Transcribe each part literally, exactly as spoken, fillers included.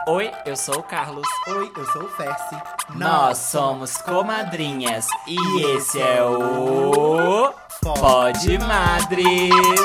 Oi, eu sou o Carlos. Oi, eu sou o Fessi. Nós somos comadrinhas e esse é o Pod Madres.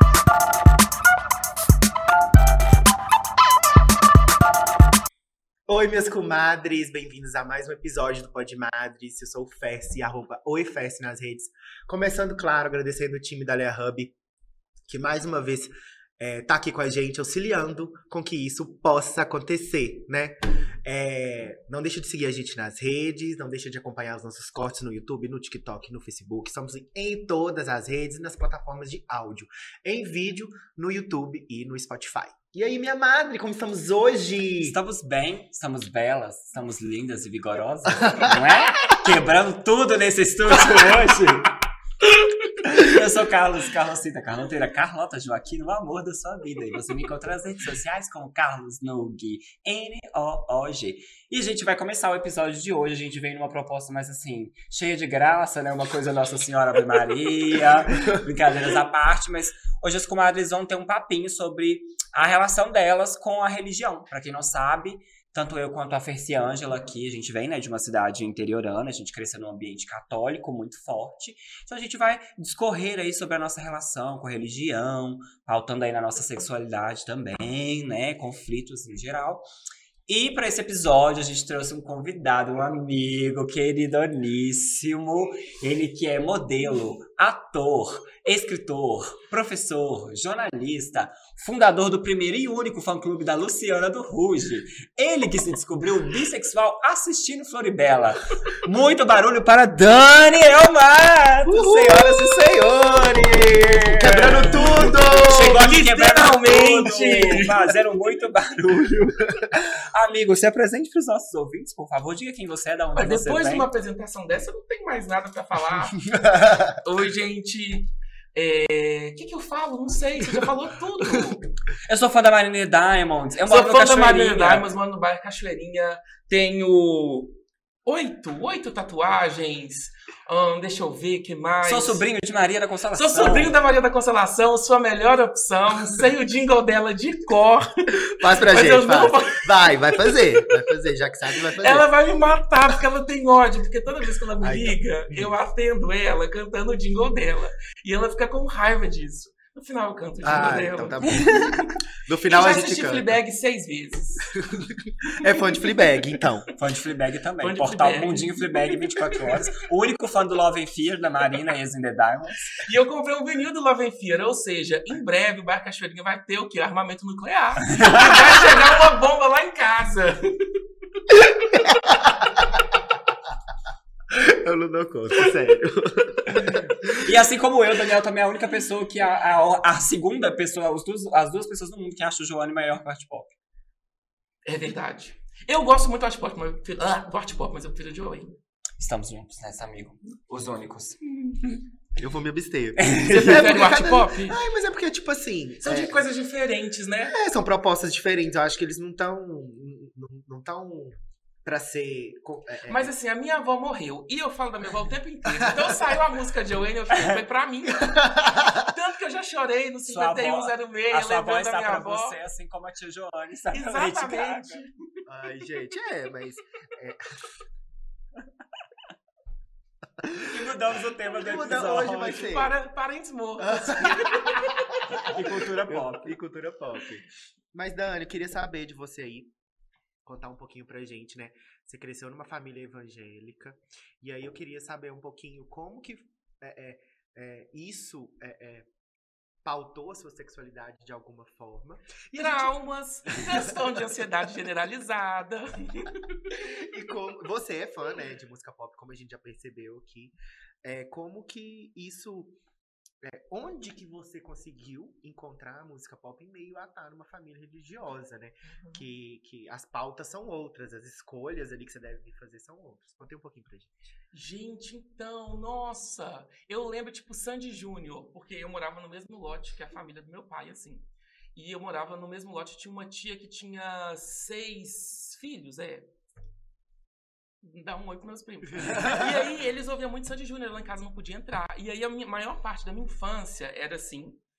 Oi, minhas comadres, bem-vindos a mais um episódio do Pod Madres. Eu sou o Fessi, arroba Oi Fessi nas redes. Começando, claro, agradecendo o time da Lea Hub, que mais uma vez é, tá aqui com a gente, auxiliando com que isso possa acontecer, né? É, não deixa de seguir a gente nas redes, não deixa de acompanhar os nossos cortes no YouTube, no TikTok, no Facebook. Estamos em todas as redes e nas plataformas de áudio, em vídeo, no YouTube e no Spotify. E aí, minha madre, como estamos hoje? Estamos bem, estamos belas, estamos lindas e vigorosas, não é? Quebrando tudo nesse estúdio hoje. Eu sou Carlos, Carlosita, Carloteira, Carlota Joaquim, o amor da sua vida. E você me encontra nas redes sociais como Carlos Noug, N O O G. E a gente vai começar o episódio de hoje. A gente vem numa proposta mais assim, cheia de graça, né? Uma coisa Nossa Senhora Ave Maria, brincadeiras à parte. Mas hoje as comadres vão ter um papinho sobre a relação delas com a religião. Pra quem não sabe, tanto eu quanto a Ferci Ângela aqui, a gente vem, né, de uma cidade interiorana, a gente cresceu num ambiente católico muito forte. Então a gente vai discorrer aí sobre a nossa relação com a religião, pautando aí na nossa sexualidade também, né, conflitos em geral. E para esse episódio a gente trouxe um convidado, um amigo queridoníssimo, ele que é modelo, ator, escritor, professor, jornalista, fundador do primeiro e único fã-clube da Luciana do Ruge. Ele que se descobriu bissexual assistindo Floribela. Muito barulho para Daniel Matos, Uhul! Senhoras e senhores! Quebrando tudo! Chegou aqui quebrando Literalmente! tudo, fazendo muito barulho. Amigo, se apresente para os nossos ouvintes, por favor. Diga quem você é, da onde Mas você depois vem. de uma apresentação dessa, eu não tenho mais nada pra falar. Oi, gente. É... O que, que eu falo? Não sei. Você já falou tudo. Eu sou fã da Marina Diamonds. Eu Sou moro no fã da Marina Cachoeirinha. Diamonds, moro no bairro Cachoeirinha. Tenho oito, oito tatuagens. Hum, deixa eu ver o que mais. Sou sobrinho de Maria da Consolação. Sou sobrinho da Maria da Consolação, sua melhor opção. Sei o jingle dela de cor. Faz pra Mas gente, eu não faz. vou- Vai, vai fazer. Vai fazer, já que sabe, vai fazer. Ela vai me matar, porque ela tem ódio. Porque toda vez que ela me Ai, então. liga, eu atendo ela cantando o jingle dela. E ela fica com raiva disso. No final eu canto o jingle Ah, dela. então tá bom. No final eu já a gente assisti canta. Fleabag seis vezes. É fã de Fleabag, então. Fã de Fleabag também. Fã de Portal Fleabag. Mundinho Fleabag vinte e quatro horas. O único fã do Love and Fear, da Marina, ex in the Diamonds. E eu comprei um vinil do Love and Fear. Ou seja, em breve o Bar Cachoeirinha vai ter o quê? Armamento nuclear. E vai chegar uma bomba lá em casa. Eu não dou conta, sério. E assim como eu, Daniel também é a única pessoa que... A, a, a segunda pessoa, os duas, as duas pessoas no mundo que acham o Joane maior que o Art Pop. É verdade. Eu gosto muito do art pop, mas eu prefiro, ah, do art pop, mas eu prefiro o Joey. Estamos juntos nessa, amigo. Os únicos. Eu vou me abster. Você prefere o art cada- pop? Ai, mas é porque, tipo assim... São é, de coisas diferentes, né? é, são propostas diferentes. Eu acho que eles não estão... Não estão pra ser... co- é, é, Mas assim, a minha avó morreu. E eu falo da minha avó o tempo inteiro. Então saiu a música de Joanne e eu falei, foi pra mim. Tanto que eu já chorei no Sua avó- cinquenta e um zero seis, A sua lembrando voz da está minha pra avó. você, assim como a tia Joane está pra Lady Exatamente. Gaga. Ai, gente, é, mas... E mudamos o tema do Muda- episódio. hoje vai ser- Para, parentes mortos. E cultura pop. E cultura pop. Mas, Dani, eu queria saber de você aí, contar um pouquinho pra gente, né? Você cresceu numa família evangélica, e aí eu queria saber um pouquinho como que é, é, é, isso é, é, pautou a sua sexualidade de alguma forma. E, a gente- Traumas, transtorno de ansiedade generalizada. e como você é fã, né, de música pop, como a gente já percebeu aqui, é, como que isso... é, onde que você conseguiu encontrar a música pop em meio a estar numa família religiosa, né? Que, que as pautas são outras, as escolhas ali que você deve fazer são outras. Conta um pouquinho pra gente. Gente, então, nossa, eu lembro, tipo, Sandy Júnior, porque eu morava no mesmo lote que a família do meu pai, assim. E eu morava no mesmo lote, tinha uma tia que tinha seis filhos, é. Dá um oi pros meus primos. E aí, eles ouviam muito Sandy Júnior, lá em casa não podia entrar. E aí, a minha, maior parte da minha infância era assim,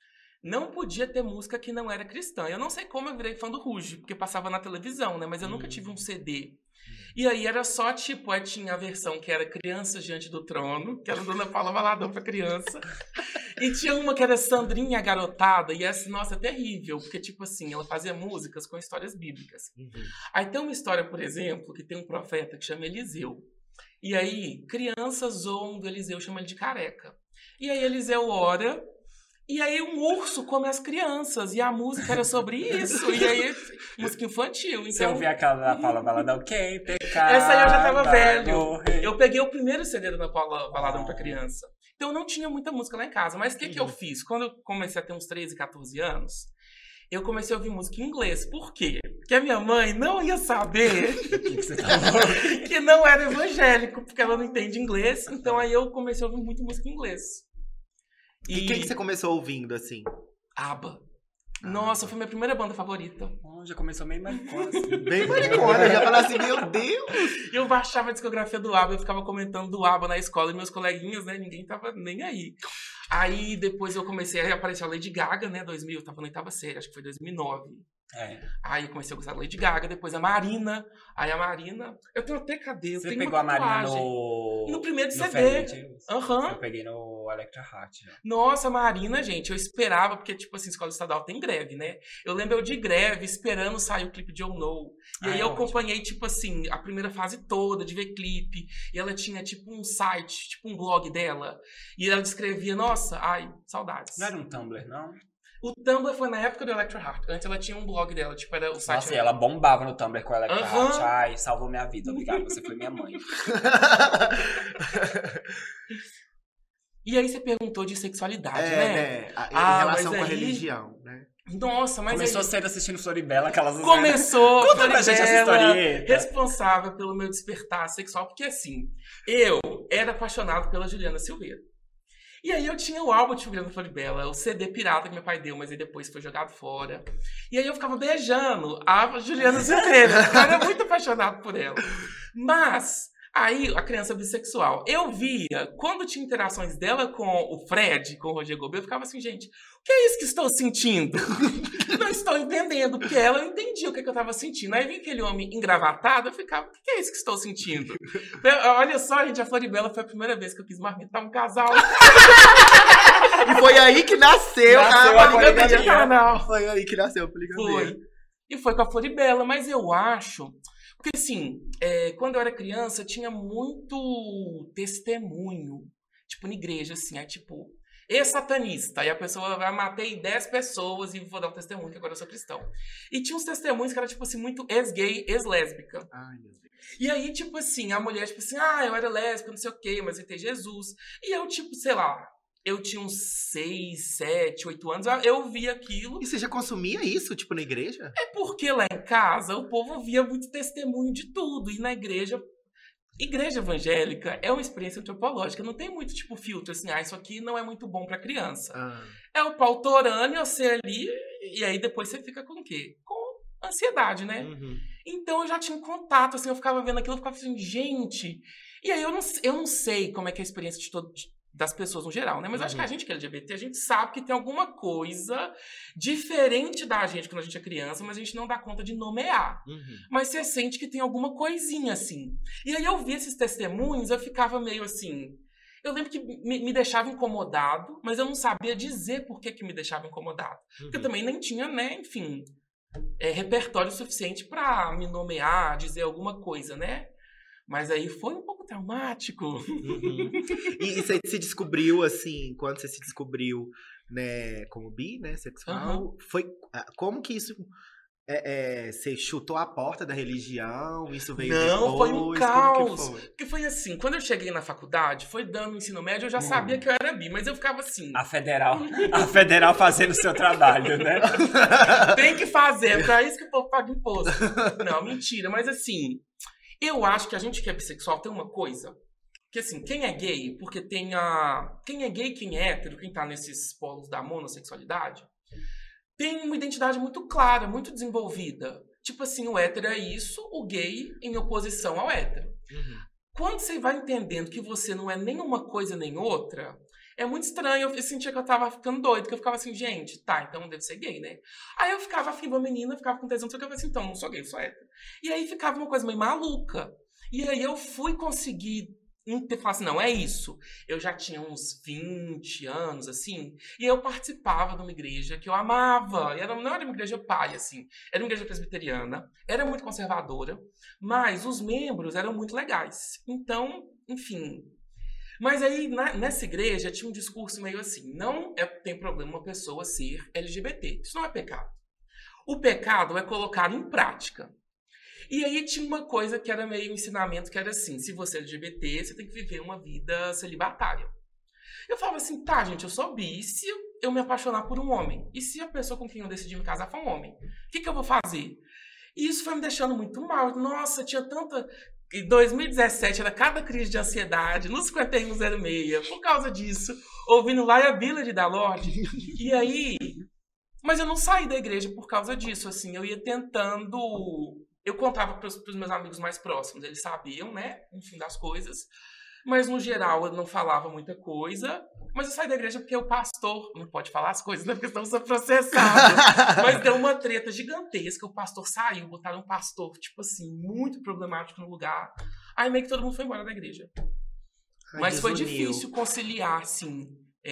não podia ter música que não era cristã. Eu não sei como eu virei fã do Ruge, porque passava na televisão, né? Mas eu nunca tive um C D. E aí era só, tipo, aí tinha a versão que era Crianças Diante do Trono, que era Dona Paula Valadão pra criança. E tinha uma que era Sandrinha Garotada, e essa, nossa, é terrível, porque, tipo assim, ela fazia músicas com histórias bíblicas. Uhum. Aí tem uma história, por exemplo, que tem um profeta que chama Eliseu. E aí, crianças zoam do Eliseu, chamam ele de careca. E aí Eliseu ora, e aí um urso come as crianças, e a música era sobre isso, e aí, música infantil. Então... Você ouvia aquela da Paula Valadão, quem pecar? Essa aí eu já tava velho. Morrer. Eu peguei o primeiro C D da Paula Valadão pra criança. Então eu não tinha muita música lá em casa. Mas o que, uhum. que eu fiz? Quando eu comecei a ter uns treze, quatorze anos, eu comecei a ouvir música em inglês. Por quê? Porque a minha mãe não ia saber que, que, você tá que não era evangélico, porque ela não entende inglês. Então aí eu comecei a ouvir muito música em inglês. E, e quem que você começou ouvindo, assim? ABBA. Nossa, foi minha primeira banda favorita. Oh, já começou meio maricona, assim. Bem maricona, já falava assim, meu Deus! Eu baixava a discografia do ABBA, eu ficava comentando do ABBA na escola, e meus coleguinhas, né, ninguém tava nem aí. Aí depois eu comecei, aí apareceu a Lady Gaga, né, dois mil, eu tava na oitava série, acho que foi dois mil e nove. É. Aí eu comecei a gostar da Lady Gaga, depois a Marina. Aí a Marina, eu tenho até cadê? Eu Você tenho pegou uma a Marina tatuagem. no... No primeiro no C D. Aham. Uhum. Eu peguei no Electra Heart. Já. Nossa, Marina, gente, eu esperava, porque, tipo assim, escola estadual tem greve, né? Eu lembro eu de greve, esperando sair o clipe de Oh No. E ah, aí é eu ótimo. acompanhei, tipo assim, a primeira fase toda de ver clipe. E ela tinha, tipo, um site, tipo um blog dela. E ela descrevia, nossa, ai, saudades. Não era um Tumblr, não? O Tumblr foi na época do Electra Heart. Antes ela tinha um blog dela, tipo, era o site... Nossa, e ela bombava no Tumblr com a Electra Uhum. Heart. Ai, salvou minha vida, obrigado, você foi minha mãe. E aí você perguntou de sexualidade, é, né? né? A, em ah, relação mas com a aí... religião, né? Nossa, mas Começou aí... cedo assistindo Floribela, aquelas... Começou, Conta pra gente essa historieta. Responsável pelo meu despertar sexual, porque assim, eu era apaixonado pela Juliana Silveira. E aí eu tinha o álbum de Juliana Floribela, o C D pirata que meu pai deu, mas aí depois foi jogado fora. E aí eu ficava beijando a Juliana Silveira. Eu era muito apaixonado por ela. Mas... Aí, a criança bissexual, eu via, quando tinha interações dela com o Fred, com o Roger Gobet, eu ficava assim, gente, o que é isso que estou sentindo? Não estou entendendo, porque ela eu entendia o que, é que eu estava sentindo. Aí vinha aquele homem engravatado, eu ficava, o que é isso que estou sentindo? Olha só, gente, a Floribela foi a primeira vez que eu quis marmitar um casal. E foi aí que nasceu, nasceu a, a poligamia. Canal. Foi aí que nasceu a poligamia. Foi. E foi com a Floribela, mas eu acho... Porque, assim, é, quando eu era criança, tinha muito testemunho, tipo, na igreja, assim, aí, tipo, ex-satanista, aí a pessoa vai matei dez pessoas e vou dar um testemunho que agora eu sou cristão. E tinha uns testemunhos que era, tipo assim, muito ex-gay, ex-lésbica. Ai, meu Deus. E aí, tipo assim, a mulher, tipo assim, ah, eu era lésbica, não sei o quê, mas eu tenho Jesus. E eu, tipo, sei lá... Eu tinha uns seis, sete, oito anos, eu via aquilo. E você já consumia isso, tipo, na igreja? É porque lá em casa o povo via muito testemunho de tudo. E na igreja, igreja evangélica é uma experiência antropológica. Não tem muito, tipo, filtro, assim, ah, isso aqui não é muito bom pra criança. Ah. É o pau torando e você ali, e aí depois você fica com o quê? Com ansiedade, né? Uhum. Então eu já tinha um contato, assim, eu ficava vendo aquilo, eu ficava assim, gente... E aí eu não, eu não sei como é que é a experiência de todo... De, das pessoas no geral, né? Mas uhum. acho que a gente que é L G B T, a gente sabe que tem alguma coisa diferente da gente quando a gente é criança, mas a gente não dá conta de nomear. Uhum. Mas você sente que tem alguma coisinha, assim. E aí eu vi esses testemunhos, eu ficava meio assim... Eu lembro que me, me deixava incomodado, mas eu não sabia dizer por que, que me deixava incomodado. Uhum. Porque eu também nem tinha, né, enfim, é, repertório suficiente pra me nomear, dizer alguma coisa, né? Mas aí foi um pouco traumático. Uhum. E, e você se descobriu, assim, quando você se descobriu, né, como bi, né, sexual, uhum. foi, como que isso, é, é, você chutou a porta da religião, isso veio Não, depois? foi um caos. Foi? Porque foi assim, quando eu cheguei na faculdade, foi dando o ensino médio, eu já uhum. sabia que eu era bi, mas eu ficava assim... A federal, a federal fazendo o seu trabalho, né? Tem que fazer, pra isso que o povo paga imposto. Não, mentira, mas assim... Eu acho que a gente que é bissexual tem uma coisa, que assim, quem é gay, porque tem a... Quem é gay, quem é hétero, quem tá nesses polos da monossexualidade, tem uma identidade muito clara, muito desenvolvida. Tipo assim, o hétero é isso, o gay em oposição ao hétero. Uhum. Quando você vai entendendo que você não é nem uma coisa nem outra, É muito estranho, eu sentia que eu tava ficando doido, que eu ficava assim, gente, tá, então deve ser gay, né? Aí eu ficava afim de uma menina, ficava com tesão, só que eu falei assim, então, não sou gay, sou hétero. E aí ficava uma coisa meio maluca. E aí eu fui conseguir falar assim, não, é isso. Eu já tinha uns vinte anos, assim, e eu participava de uma igreja que eu amava. E era, não era uma igreja pai, assim, era uma igreja presbiteriana, era muito conservadora, mas os membros eram muito legais. Então, enfim... Mas aí, na, nessa igreja, tinha um discurso meio assim, não é, tem problema uma pessoa ser L G B T. Isso não é pecado. O pecado é colocar em prática. E aí tinha uma coisa que era meio um ensinamento, que era assim, se você é L G B T, você tem que viver uma vida celibatária. Eu falava assim, tá, gente, eu sou bi, se eu me apaixonar por um homem? E se a pessoa com quem eu decidi me casar for um homem? O que, que eu vou fazer? E isso foi me deixando muito mal. Nossa, tinha tanta... Em dois mil e dezessete era cada crise de ansiedade, no cinquenta e um zero seis, por causa disso, ouvindo Liability da Lorde. E aí... Mas eu não saí da igreja por causa disso, assim, eu ia tentando... Eu contava para os meus amigos mais próximos, eles sabiam, né, no fim das coisas, mas no geral eu não falava muita coisa, mas eu saí da igreja porque o pastor, não pode falar as coisas, né, porque senão você é processado, mas deu uma treta gigantesca, o pastor saiu, botaram um pastor, tipo assim, muito problemático no lugar, aí meio que todo mundo foi embora da igreja. Ai, mas foi difícil conciliar, assim,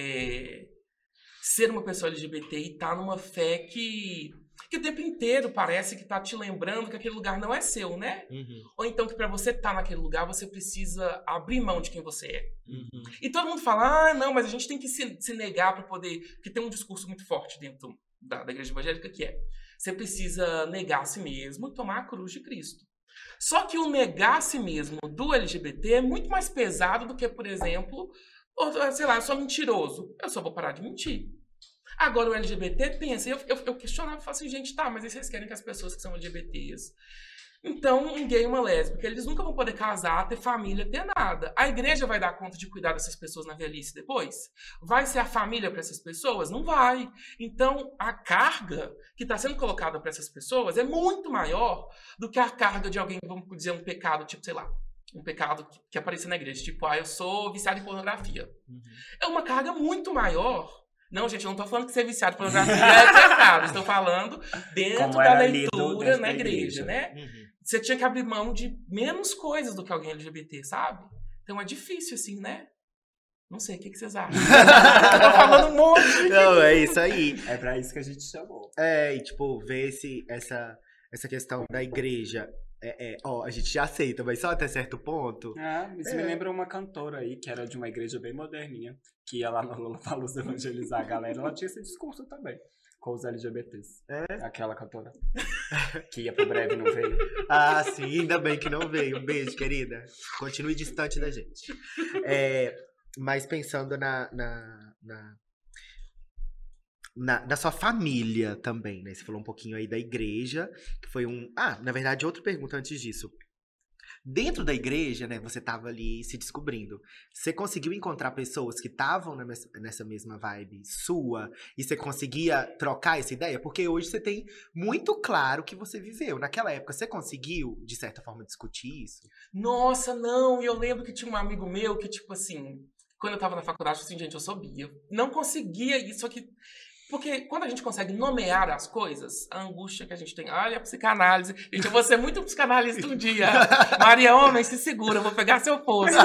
é, ser uma pessoa L G B T e estar numa fé que... que o tempo inteiro parece que tá te lembrando que aquele lugar não é seu, né? Uhum. Ou então que pra você estar tá naquele lugar, você precisa abrir mão de quem você é. Uhum. E todo mundo fala, ah, não, mas a gente tem que se, se negar pra poder... Porque tem um discurso muito forte dentro da, da igreja evangélica que é, você precisa negar a si mesmo e tomar a cruz de Cristo. Só que o negar a si mesmo do L G B T é muito mais pesado do que, por exemplo, ou, sei lá, eu sou mentiroso. Eu só vou parar de mentir. Agora o L G B T pensa, eu, eu, eu questionava e falava assim, gente, tá, mas aí vocês querem que as pessoas que são L G B Ts, então um gay e uma lésbica, eles nunca vão poder casar, ter família, ter nada. A igreja vai dar conta de cuidar dessas pessoas na velhice depois? Vai ser a família para essas pessoas? Não vai. Então a carga que está sendo colocada para essas pessoas é muito maior do que a carga de alguém, vamos dizer, um pecado, tipo, sei lá, um pecado que, que aparecia na igreja, tipo, ah, eu sou viciado em pornografia. Uhum. É uma carga muito maior. Não, gente, eu não tô falando que ser viciado em pornografia é pecado. Estou falando dentro da leitura na igreja, igreja, né? Uhum. Você tinha que abrir mão de menos coisas do que alguém L G B T, sabe? Então é difícil, assim, né? Não sei, o que, que vocês acham? Eu tô falando um monte. Não, é isso aí. É pra isso que a gente chamou. É, e tipo, ver esse, essa, essa questão da igreja... É, é, ó, a gente já aceita, mas só até certo ponto. Ah, isso é. me lembra uma cantora aí, que era de uma igreja bem moderninha, que ia lá no Lollapalooza evangelizar a galera, ela tinha esse discurso também, com os L G B Ts. É? Aquela cantora. Que ia pro breve e não veio. Ah, sim, ainda bem que não veio. Um beijo, querida. Continue distante da gente. É, mas pensando na... na, na... Na, na sua família também, né? Você falou um pouquinho aí da igreja, que foi um... Ah, na verdade, outra pergunta antes disso. Dentro da igreja, né? Você tava ali se descobrindo. Você conseguiu encontrar pessoas que estavam nessa mesma vibe sua? E você conseguia trocar essa ideia? Porque hoje você tem muito claro o que você viveu. Naquela época, você conseguiu, de certa forma, discutir isso? Nossa, não! E eu lembro que tinha um amigo meu que, tipo assim... Quando eu tava na faculdade, eu falei assim, gente, eu sou bi. Eu não conseguia isso aqui... Porque quando a gente consegue nomear as coisas, a angústia que a gente tem... Olha a psicanálise. Gente, eu vou ser muito psicanalista um dia. Maria Homem, se segura, eu vou pegar seu posto.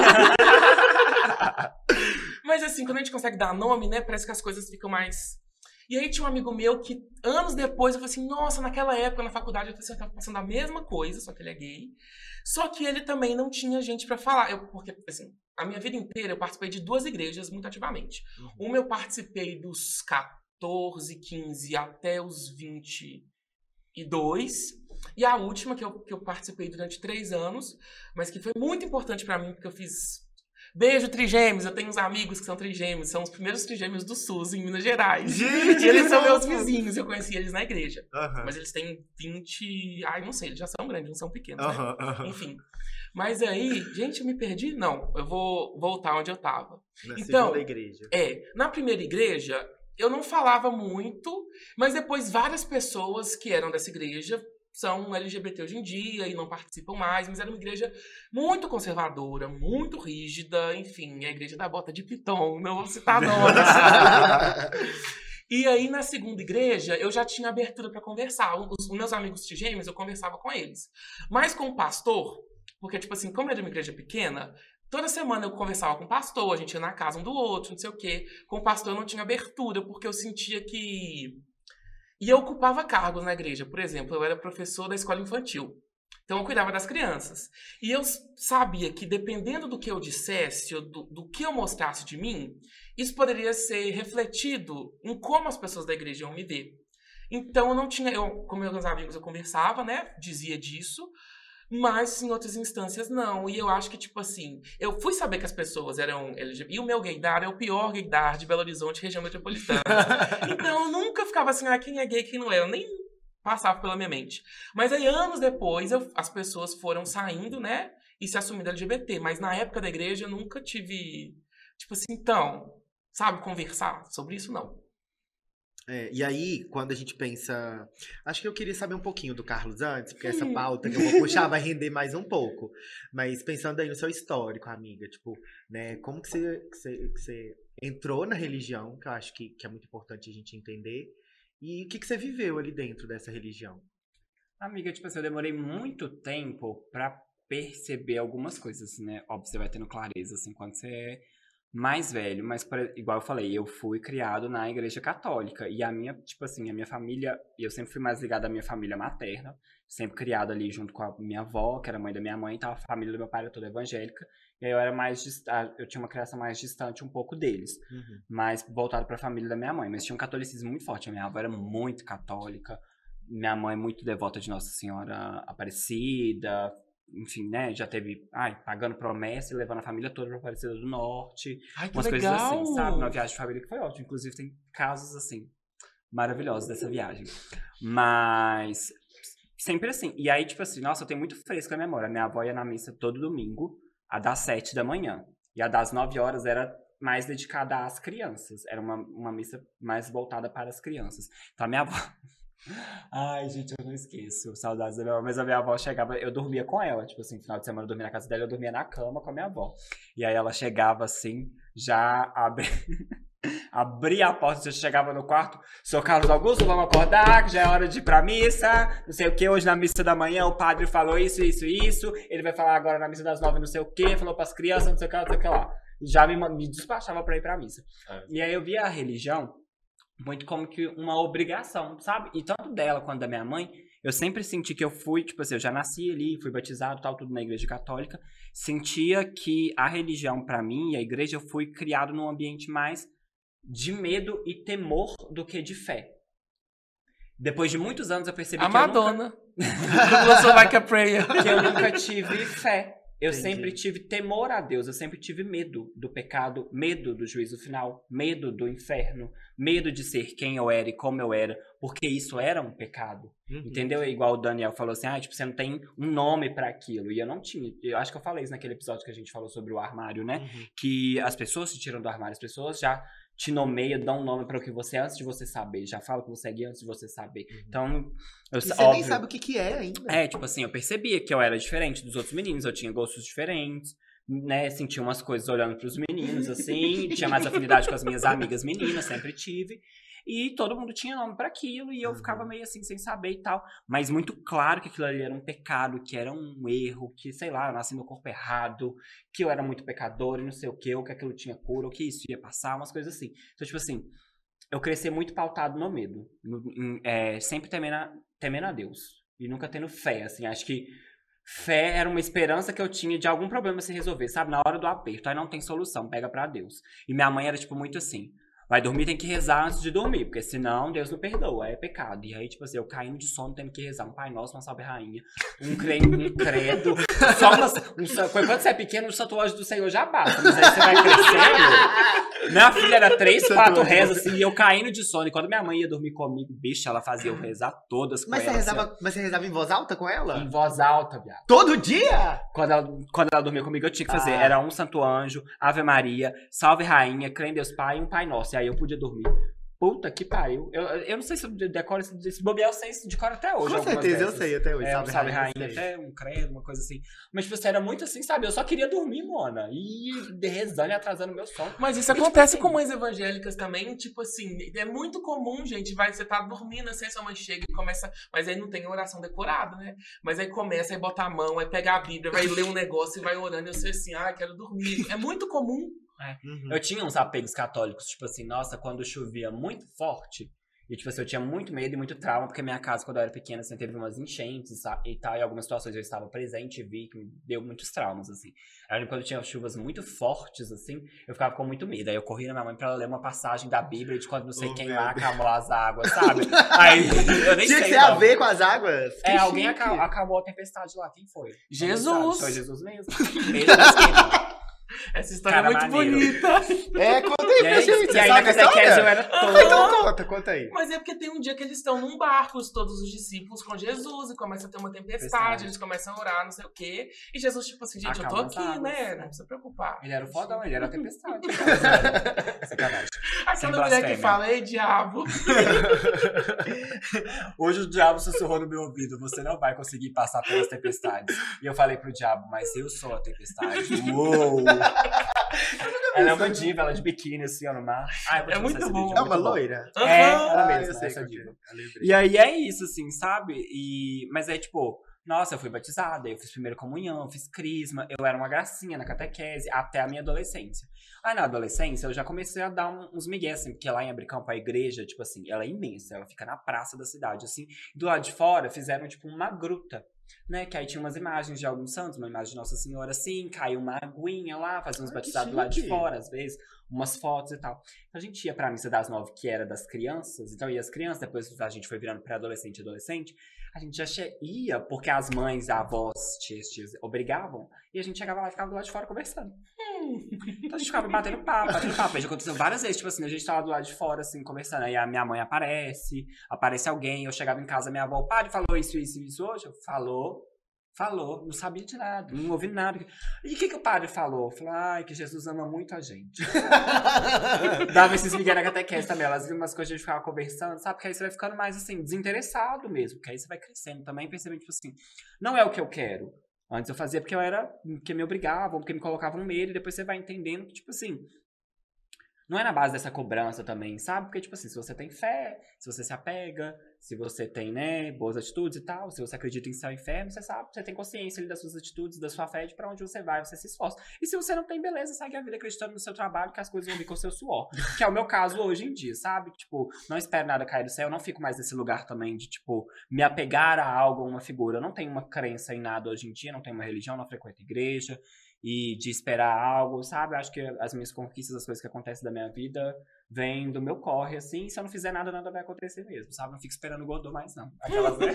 Mas assim, quando a gente consegue dar nome, né? Parece que as coisas ficam mais... E aí tinha um amigo meu que, anos depois, eu falei assim... Nossa, naquela época, na faculdade, eu estava passando a mesma coisa, só que ele é gay. Só que ele também não tinha gente pra falar. Eu, porque, assim, a minha vida inteira eu participei de duas igrejas muito ativamente. Uhum. Uma eu participei dos catorze, quinze até os vinte e dois. E a última que eu, que eu participei durante três anos, mas que foi muito importante pra mim, porque eu fiz... Beijo, trigêmeos. Eu tenho uns amigos que são trigêmeos. São os primeiros trigêmeos do SUS, em Minas Gerais. Gente, e eles são meus vizinhos. Eu conheci eles na igreja. Uhum. Mas eles têm vinte... Ai, não sei. Eles já são grandes, não são pequenos, uhum, né? Uhum. Enfim. Mas aí... Gente, eu me perdi? Não. Eu vou voltar onde eu tava. Na então, segunda igreja. É. Na primeira igreja, eu não falava muito. Mas depois, várias pessoas que eram dessa igreja são L G B T hoje em dia e não participam mais, mas era uma igreja muito conservadora, muito rígida, enfim, a igreja da bota de Piton, não vou citar nomes. E aí, na segunda igreja, eu já tinha abertura para conversar. Os meus amigos trigêmeos, eu conversava com eles. Mas com o pastor, porque, tipo assim, como era uma igreja pequena, toda semana eu conversava com o pastor, a gente ia na casa um do outro, não sei o quê. Com o pastor eu não tinha abertura, porque eu sentia que... E eu ocupava cargos na igreja. Por exemplo, eu era professor da escola infantil. Então eu cuidava das crianças. E eu sabia que dependendo do que eu dissesse, ou do, do que eu mostrasse de mim, isso poderia ser refletido em como as pessoas da igreja iam me ver. Então eu não tinha... Eu, com meus amigos eu conversava, né? Dizia disso. Mas em outras instâncias não. E eu acho que, tipo assim, eu fui saber que as pessoas eram L G B T. E o meu gaydar é o pior gaydar de Belo Horizonte, região metropolitana. Então eu nunca ficava assim, ah, quem é gay, quem não é. Eu nem passava pela minha mente. Mas aí, anos depois, eu, as pessoas foram saindo, né? E se assumindo L G B T. Mas na época da igreja eu nunca tive, tipo assim, então, sabe, conversar sobre isso, não. É, e aí, quando a gente pensa... Acho que eu queria saber um pouquinho do Carlos antes, porque essa pauta que eu vou puxar vai render mais um pouco. Mas pensando aí no seu histórico, amiga, tipo, né, como que você, que você, que você entrou na religião, que eu acho que, que é muito importante a gente entender, e o que, que você viveu ali dentro dessa religião? Amiga, tipo assim, eu demorei muito tempo pra perceber algumas coisas, né? Óbvio, você vai tendo clareza, assim, quando você é mais velho, mas igual eu falei, eu fui criado na igreja católica e a minha, tipo assim, a minha família, eu sempre fui mais ligado à minha família materna, sempre criado ali junto com a minha avó, que era mãe da minha mãe, então a família do meu pai era toda evangélica, e aí eu era mais, eu tinha uma criação mais distante um pouco deles, uhum. mais voltado para a família da minha mãe, mas tinha um catolicismo muito forte, a minha avó era muito católica, minha mãe muito devota de Nossa Senhora Aparecida, enfim, né, já teve, ai, pagando promessa e levando a família toda pra Aparecida do Norte. Ai, que umas legal. coisas assim, sabe? Uma viagem de família que foi ótima. Inclusive, tem casos, assim, maravilhosos dessa viagem. Mas, sempre assim. E aí, tipo assim, nossa, eu tenho muito fresco a memória. Minha avó ia na missa todo domingo, a das sete da manhã. E a das nove horas era mais dedicada às crianças. Era uma, uma missa mais voltada para as crianças. Então, a minha avó... Ai, gente, eu não esqueço. Saudades da minha avó. Mas a minha avó chegava, eu dormia com ela. Tipo assim, no final de semana eu dormia na casa dela, eu dormia na cama com a minha avó. E aí ela chegava assim, já abri... abria a porta, já chegava no quarto. Sou Carlos Augusto, vamos acordar, que já é hora de ir pra missa. Não sei o que, hoje na missa da manhã o padre falou isso, isso, isso. Ele vai falar agora na missa das nove, não sei o que. Falou pras crianças, não sei o que, não sei o que lá. Já me, me despachava pra ir pra missa. É. E aí eu via a religião muito como que uma obrigação, sabe? E tanto dela quanto da minha mãe, eu sempre senti que eu fui, tipo assim, eu já nasci ali, fui batizado, tal, tudo na igreja católica. Sentia que a religião, pra mim, a igreja, eu fui criado num ambiente mais de medo e temor do que de fé. Depois de muitos anos, eu percebi a que Madonna. eu nunca... Lançou Like a Prayer. que eu nunca tive fé. Eu Entendi. sempre tive temor a Deus, eu sempre tive medo do pecado, medo do juízo final, medo do inferno, medo de ser quem eu era e como eu era, porque isso era um pecado, uhum. entendeu? Igual o Daniel falou assim, ah, tipo, você não tem um nome pra aquilo, e eu não tinha, eu acho que eu falei isso naquele episódio que a gente falou sobre o armário, né, uhum. que as pessoas se tiram do armário, as pessoas já te nomeiam, dão um nome para o que você é antes de você saber, já fala que você é gay antes de você saber. Uhum. Então, eu, e você óbvio, nem sabe o que que é ainda. É, tipo assim, eu percebia que eu era diferente dos outros meninos, eu tinha gostos diferentes, né, sentia umas coisas olhando pros meninos, assim, tinha mais afinidade com as minhas amigas meninas, sempre tive. E todo mundo tinha nome pra aquilo, e eu uhum. ficava meio assim, sem saber e tal. Mas muito claro que aquilo ali era um pecado, que era um erro, que, sei lá, eu nasci no corpo errado, que eu era muito pecador e não sei o que, ou que aquilo tinha cura, ou que isso ia passar, umas coisas assim. Então, tipo assim, eu cresci muito pautado no medo, no, em, é, sempre temendo a, temendo a Deus, e nunca tendo fé, assim, acho que fé era uma esperança que eu tinha de algum problema se resolver, sabe, na hora do aperto, aí não tem solução, pega pra Deus. E minha mãe era, tipo, muito assim, vai dormir, tem que rezar antes de dormir, porque senão Deus não perdoa, é pecado. E aí, tipo assim, eu caindo de sono, tendo que rezar um Pai Nosso, uma Salve Rainha, um, cre... um credo, só umas... Um... Quando você é pequeno, o Santo Anjo do Senhor já basta, mas aí você vai crescendo. Minha filha era três, quatro rezas, assim, e eu caindo de sono. E quando minha mãe ia dormir comigo, bicho, ela fazia eu rezar todas com mas ela. Você rezava, assim, mas você rezava em voz alta com ela? Em voz alta, viado. Todo dia? Quando ela, quando ela dormia comigo, eu tinha que fazer. Ah. Era um Santo Anjo, Ave Maria, Salve Rainha, crê em Deus Pai e um Pai Nosso. E aí eu podia dormir. Puta que pariu. Eu, eu não sei se eu decoro esse, esse bobear, eu sei de cor até hoje. Com certeza dessas. eu sei até hoje. É, Salve, um salve rainha, rainha, sei. até um credo, uma coisa assim. Mas, tipo, assim, era muito assim, sabe? Eu só queria dormir, mona. E de- rezando e atrasando meu sono. Mas isso E, tipo acontece assim- com mães evangélicas também, tipo assim, é muito comum, gente, vai, você tá dormindo assim, sua mãe chega e começa, mas aí não tem oração decorada, né? Mas aí começa, aí bota a mão, aí pega a Bíblia, vai ler um negócio e vai orando, e eu sei assim, ah, quero dormir. É muito comum. Uhum. Eu tinha uns apegos católicos, tipo assim, nossa, quando chovia muito forte, e tipo assim, eu tinha muito medo e muito trauma, porque minha casa, quando eu era pequena, assim, teve umas enchentes sa- e tal, e algumas situações eu estava presente e vi que me deu muitos traumas, assim. Aí eu lembro quando tinha chuvas muito fortes, assim, eu ficava com muito medo. Aí eu corria na minha mãe pra ela ler uma passagem da Bíblia de quando não sei Oh, quem meu lá Deus. acalmou as águas, sabe? Aí eu nem Tinha sei. que ter a não. ver com as águas? É, Que alguém chique. acal- acalmou a tempestade lá. Quem foi? Jesus. Não sabe, Foi Jesus mesmo. Mesmo querido. Essa história Cara é muito maneiro. bonita. É, conta aí E pra aí, gente. e Você aí na sabe a catequese eu história? era todo... Então conta, conta aí. Mas é porque tem um dia que eles estão num barco, os- todos os discípulos com Jesus, e começa a ter uma tempestade, Tempestade. eles começam a orar, não sei o quê. E Jesus, tipo assim, gente, Acalma eu as tô aqui, águas. né? Não precisa preocupar. Ele era o fodão, ele era a tempestade. Sacanagem. Aquela Sem mulher blasfêmia. que fala, ei, diabo. Hoje o diabo sussurrou no meu ouvido, você não vai conseguir passar pelas tempestades. E eu falei pro diabo, mas eu sou a tempestade. Uou! Ela é uma diva, ela é de biquíni assim, ó, no mar. Ah, eu vou É te mostrar muito esse bom. vídeo, É uma muito bom. loira? É, Aham. ela Ah, mesma, eu sei essa qual que é. diva. Eu lembrei. E aí é isso, assim, sabe? E... Mas é tipo, nossa, eu fui batizada, eu fiz primeira comunhão, fiz crisma, eu era uma gracinha na catequese até a minha adolescência. Aí na adolescência eu já comecei a dar um- uns migué, assim, porque lá em Abricampo a igreja, tipo assim, ela é imensa, ela fica na praça da cidade, assim. Do lado de fora fizeram, tipo, uma gruta, né? Que aí tinha umas imagens de alguns santos, uma imagem de Nossa Senhora assim, caiu uma aguinha lá, fazia uns Ai, que batizados do lado de chique. fora, às vezes, umas fotos e tal. Então a gente ia pra missa das nove, que era das crianças, então ia as crianças, depois a gente foi virando pré-adolescente e adolescente, a gente já che- ia, porque as mães, avós, tias, tias obrigavam, e a gente chegava lá e ficava do lado de fora conversando. Então a gente ficava batendo papo, batendo papo. Já aconteceu várias vezes, tipo assim, a gente tava do lado de fora, assim, conversando. Aí a minha mãe aparece, aparece alguém, eu chegava em casa, minha avó, o padre falou isso, isso, isso hoje? Eu, falou, falou, não sabia de nada, não ouvi nada. E o que, que o padre falou? Falou, ai, que Jesus ama muito a gente. Dava esses migué na catequese também, elas viam umas coisas, a gente ficava conversando, sabe? Porque aí você vai ficando mais, assim, desinteressado mesmo, porque aí você vai crescendo também, percebendo, tipo assim, não é o que eu quero. Antes eu fazia porque eu era, porque me obrigavam, porque me colocavam medo, e depois você vai entendendo que, tipo assim, não é na base dessa cobrança também, sabe? Porque, tipo assim, se você tem fé, se você se apega, se você tem, né, boas atitudes e tal, se você acredita em céu e inferno, você sabe, você tem consciência ali das suas atitudes, da sua fé, de pra onde você vai, você se esforça. E se você não tem, beleza, segue a vida acreditando no seu trabalho, que as coisas vão vir com o seu suor. Que é o meu caso hoje em dia, sabe? Tipo, não espero nada cair do céu, eu não fico mais nesse lugar também de, tipo, me apegar a algo, a uma figura. Eu não tenho uma crença em nada hoje em dia, não tenho uma religião, não frequento igreja, e de esperar algo, sabe? Eu acho que as minhas conquistas, as coisas que acontecem da minha vida, vêm do meu corre, assim, e se eu não fizer nada, nada vai acontecer mesmo, sabe? Não fico esperando o Godot mais, não. Aquelas, né?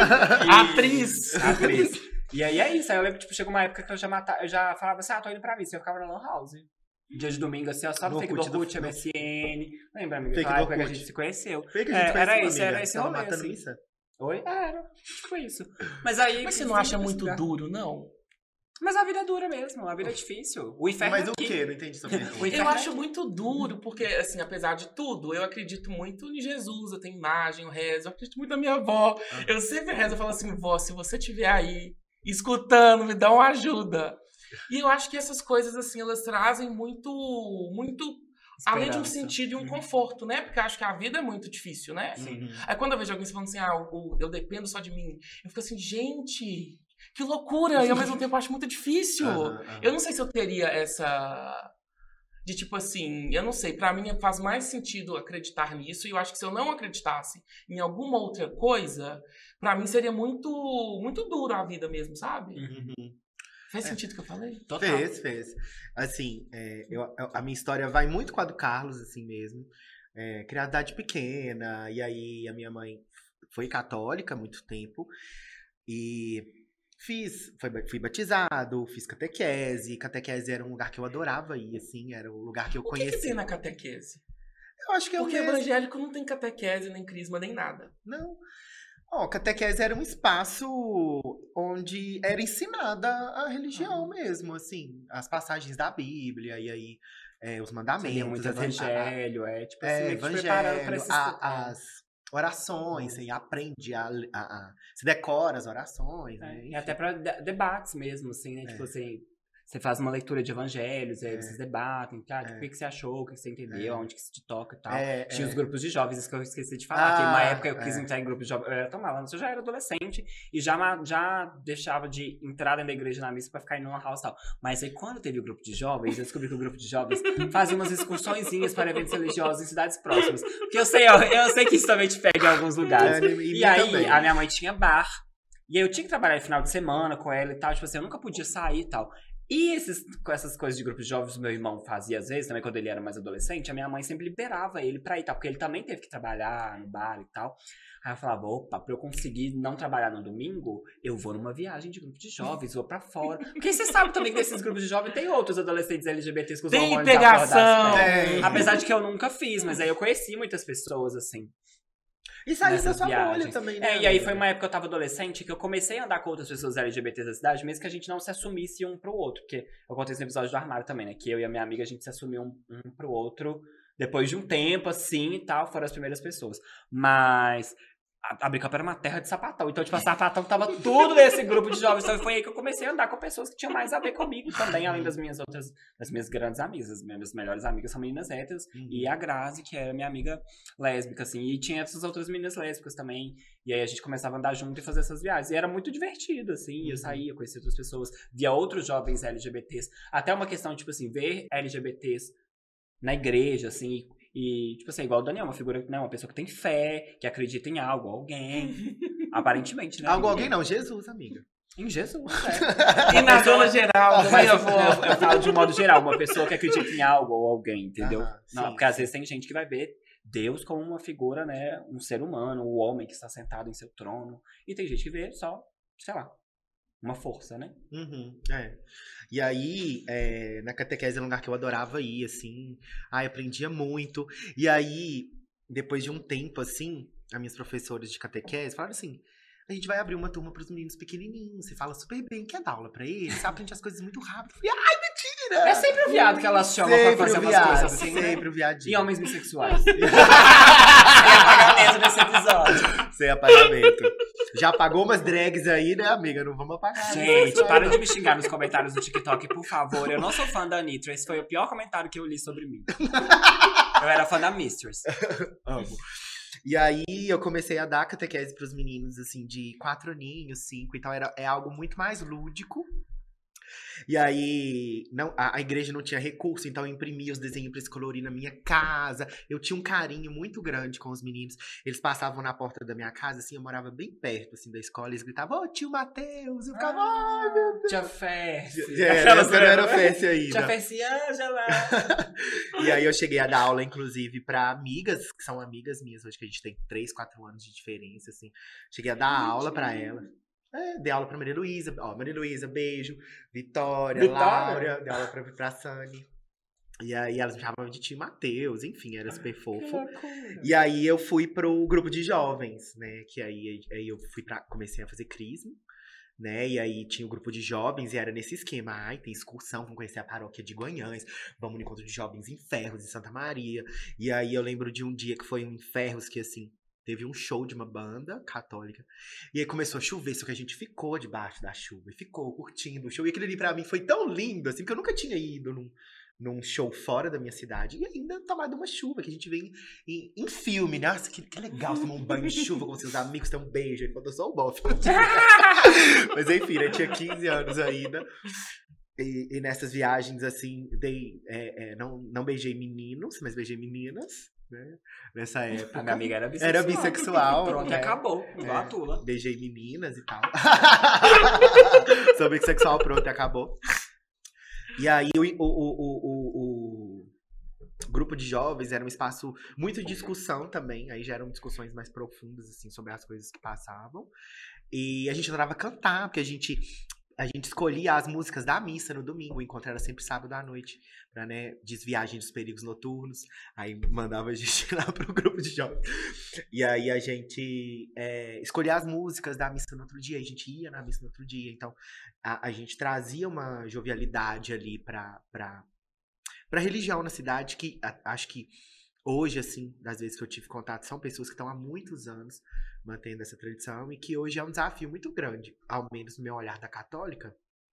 Atriz! Atriz. E aí é isso, aí eu lembro, tipo, chegou uma época que eu já, matava, eu já falava assim, ah, tô indo pra missa, eu ficava na lan house. Dia de domingo, assim, ó, só no, No fake do Orkut do- Orkut, M S N. Lembra, amiga? Fake Aquela do época que a Orkut. gente se conheceu. Foi que a gente É, conheceu, era esse, amiga. era esse Tava rolê, matando assim. missa. Oi? Era, tipo isso. Mas aí... Mas você não enfim, acha esse muito lugar. duro, não? Mas a vida é dura mesmo, a vida é difícil. O inferno Mas é o aqui. quê? Não entendi sobre isso. O Eu inferno é acho aqui. muito duro, porque, assim, apesar de tudo, eu acredito muito em Jesus, eu tenho imagem, eu rezo, eu acredito muito na minha avó. Eu sempre rezo, eu falo assim, vó, se você estiver aí, escutando, me dá uma ajuda. E eu acho que essas coisas, assim, elas trazem muito, muito, além de um Esperança. sentido e um Uhum. conforto, né? Porque eu acho que a vida é muito difícil, né? Sim. Aí quando eu vejo alguém falando assim, ah, o- eu dependo só de mim, eu fico assim, gente, que loucura! E ao mesmo tempo eu acho muito difícil. Aham, aham. Eu não sei se eu teria essa. De tipo assim, eu não sei, pra mim faz mais sentido acreditar nisso, e eu acho que se eu não acreditasse em alguma outra coisa, pra mim seria muito, muito duro a vida mesmo, sabe? Uhum. Faz É. sentido o que eu falei? Total. Fez, fez. Assim, é, eu, eu- a minha história vai muito com a do Carlos, assim mesmo. É, criada idade pequena, e aí a minha mãe foi católica há muito tempo. E fiz, foi, ba- fui batizado, fiz catequese. Catequese era um lugar que eu adorava ir, assim, era um lugar que eu O que, conhecia. que tem na catequese? Eu acho que é o Porque mesmo. evangélico não tem catequese, nem crisma, nem nada. Não. Ó, catequese era um espaço onde era ensinada a religião mesmo, assim, as passagens da Bíblia, e aí é, os Você mandamentos. lia muito as re- a- a- evangelho, é tipo assim, é, meio que te preparando pra evangelho, esses... a- as orações, Uhum. você aprende, a, a, a- você decora as orações, né? É, e Enfim. até pra de- debates mesmo, assim, né? É. Tipo assim, você faz uma leitura de evangelhos, aí É. vocês debatem, tá? Tipo, É. o que, que você achou, o que, que você entendeu, É. onde que se te toca e tal. É, Tinha os é. grupos de jovens, isso que eu esqueci de falar, que uma Ah, época eu quis é. entrar em grupo de jovens, eu era tão malandro, eu já era adolescente e já, ma- já deixava de entrar dentro da igreja na missa pra ficar indo numa house e tal. Mas aí quando teve o grupo de jovens, eu descobri que o grupo de jovens fazia umas excursõezinhas para eventos religiosos em cidades próximas. Porque eu sei, eu, eu sei que isso também te pega em alguns lugares. É, e E mim aí, também. a minha mãe tinha bar. E aí eu tinha que trabalhar no final de semana com ela e tal. Tipo assim, eu nunca podia sair e tal. E esses, com essas coisas de grupo de jovens, meu irmão fazia às vezes, também quando ele era mais adolescente, a minha mãe sempre liberava ele pra ir, tal, porque ele também teve que trabalhar no bar e tal. Aí eu falava, opa, pra eu conseguir não trabalhar no domingo, eu vou numa viagem de grupo de jovens, vou pra fora. Porque você sabe também que nesses grupos de jovens tem outros adolescentes L G B Ts que os Tem hormônios pegação! acordados. É. Tem. Apesar de que eu nunca fiz, mas aí eu conheci muitas pessoas, assim. E saiu da nessas sua bolha viagens. também, né? É, e aí amiga? foi uma época que eu tava adolescente que eu comecei a andar com outras pessoas L G B Ts da cidade, mesmo que a gente não se assumisse um pro outro. Porque eu contei isso no episódio do armário também, né? Que eu e a minha amiga, a gente se assumiu um, um pro outro depois de um tempo, assim, e tal. Foram as primeiras pessoas. Mas a, a Bricamp era uma terra de sapatão. Então, tipo, a sapatão tava tudo nesse grupo de jovens. Então foi aí que eu comecei a andar com pessoas que tinham mais a ver comigo também, além das minhas outras, das minhas grandes amigas. As minhas melhores amigas são meninas héteras. Uhum. E a Grazi, que era minha amiga lésbica, assim. E tinha essas outras meninas lésbicas também. E aí a gente começava a andar junto e fazer essas viagens. E era muito divertido, assim. Uhum. Eu saía, conhecia outras pessoas, via outros jovens L G B Ts. Até uma questão, tipo assim, ver L G B Ts na igreja, assim. E, tipo assim, igual o Daniel, uma figura, né? Uma pessoa que tem fé, que acredita em algo, alguém. Aparentemente, né? Algo, Ninguém- alguém não, Jesus, amiga. Em Jesus, é. E na zona geral, Mas eu, avô. eu, eu falo de um modo geral, uma pessoa que acredita em algo ou alguém, entendeu? Aham, Não, sim, porque às sim. vezes tem gente que vai ver Deus como uma figura, né? Um ser humano, o homem que está sentado em seu trono. E tem gente que vê só, sei lá, uma força, né? Uhum, é. E aí, é, na catequese é um lugar que eu adorava ir, assim. Ai, aprendia muito. E aí, depois de um tempo, assim, as minhas professoras de catequese falaram assim: a gente vai abrir uma turma para os meninos pequenininhos. Você fala super bem, quer dar aula pra eles? Você aprende as coisas muito rápido. Eu falei, ai, mentira! É sempre o viado que elas chamam pra Sempre fazer o umas viado, coisas assim, né? sempre o viadinho. E homens bissexuais. Tem apagamento nesse episódio. Sem apagamento. Já apagou umas drags aí, né, amiga? Não vamos apagar. Gente, para de me xingar nos comentários do TikTok, por favor. Eu não sou fã da Anitta. Esse foi o pior comentário que eu li sobre mim. Eu era fã da Mistress. Amo. E aí eu comecei a dar catequese pros meninos, assim, de quatro aninhos, cinco e tal. Era, é algo muito mais lúdico. E aí, não, a, a igreja não tinha recurso, então eu imprimia os desenhos pra eles colorir na minha casa. Eu tinha um carinho muito grande com os meninos. Eles passavam na porta da minha casa, assim, eu morava bem perto, assim, da escola. Eles gritavam, ô, tio Matheus! Eu ficava, ai, meu Deus! Tia Fessi. É, Aquelas eu não era né? Fessi Tia ainda. Fessi Ângela. E aí eu cheguei a dar aula, inclusive, pra amigas, que são amigas minhas, hoje que a gente tem três, quatro anos de diferença, assim. Cheguei a dar aula pra ela. É, dei aula pra Maria Luísa. Ó, Maria Luísa, beijo. Vitória, Vitória? Laura. Dei aula pra, pra Sani. E aí elas me chamavam de tio Matheus, enfim, era super fofo. E aí eu fui pro grupo de jovens, né? Que aí, aí eu fui pra, comecei a fazer crisma, né? E aí tinha o grupo de jovens e era nesse esquema. Ai, tem excursão, vamos conhecer a paróquia de Guanhães, vamos no encontro de jovens em Ferros, em Santa Maria. E aí eu lembro de um dia que foi em Ferros que, assim, teve um show de uma banda católica. E aí começou a chover, só que a gente ficou debaixo da chuva. E ficou curtindo o show. E aquilo ali pra mim foi tão lindo, assim, porque eu nunca tinha ido num, num show fora da minha cidade. E ainda tomado uma chuva, que a gente vê em, em, em filme, né? Nossa, que, que legal tomar um banho de chuva com seus amigos, ter um beijo. Aí faltou só o bofe. Mas enfim, eu tinha quinze anos ainda. E, e nessas viagens, assim, dei, é, é, não, não beijei meninos, mas beijei meninas. Né? Nessa época. A minha amiga era bissexual. Era bissexual. Pronto, né? acabou. Igual a É, Tula. Beijei meninas e tal. Sou bissexual, pronto, acabou. E aí o, o, o, o, o grupo de jovens era um espaço muito de discussão também. Aí já eram discussões mais profundas, assim, sobre as coisas que passavam. E a gente adorava cantar, porque a gente... A gente escolhia as músicas da missa no domingo, o encontro era sempre sábado à noite, pra, né, desviagem dos perigos noturnos. Aí mandava a gente lá pro grupo de jovens. E aí a gente é, escolhia as músicas da missa no outro dia, a gente ia na missa no outro dia. Então a, a gente trazia uma jovialidade ali pra, pra, pra religião na cidade, que a, acho que hoje, assim, das vezes que eu tive contato, são pessoas que estão há muitos anos mantendo essa tradição e que hoje é um desafio muito grande, ao menos no meu olhar da católica,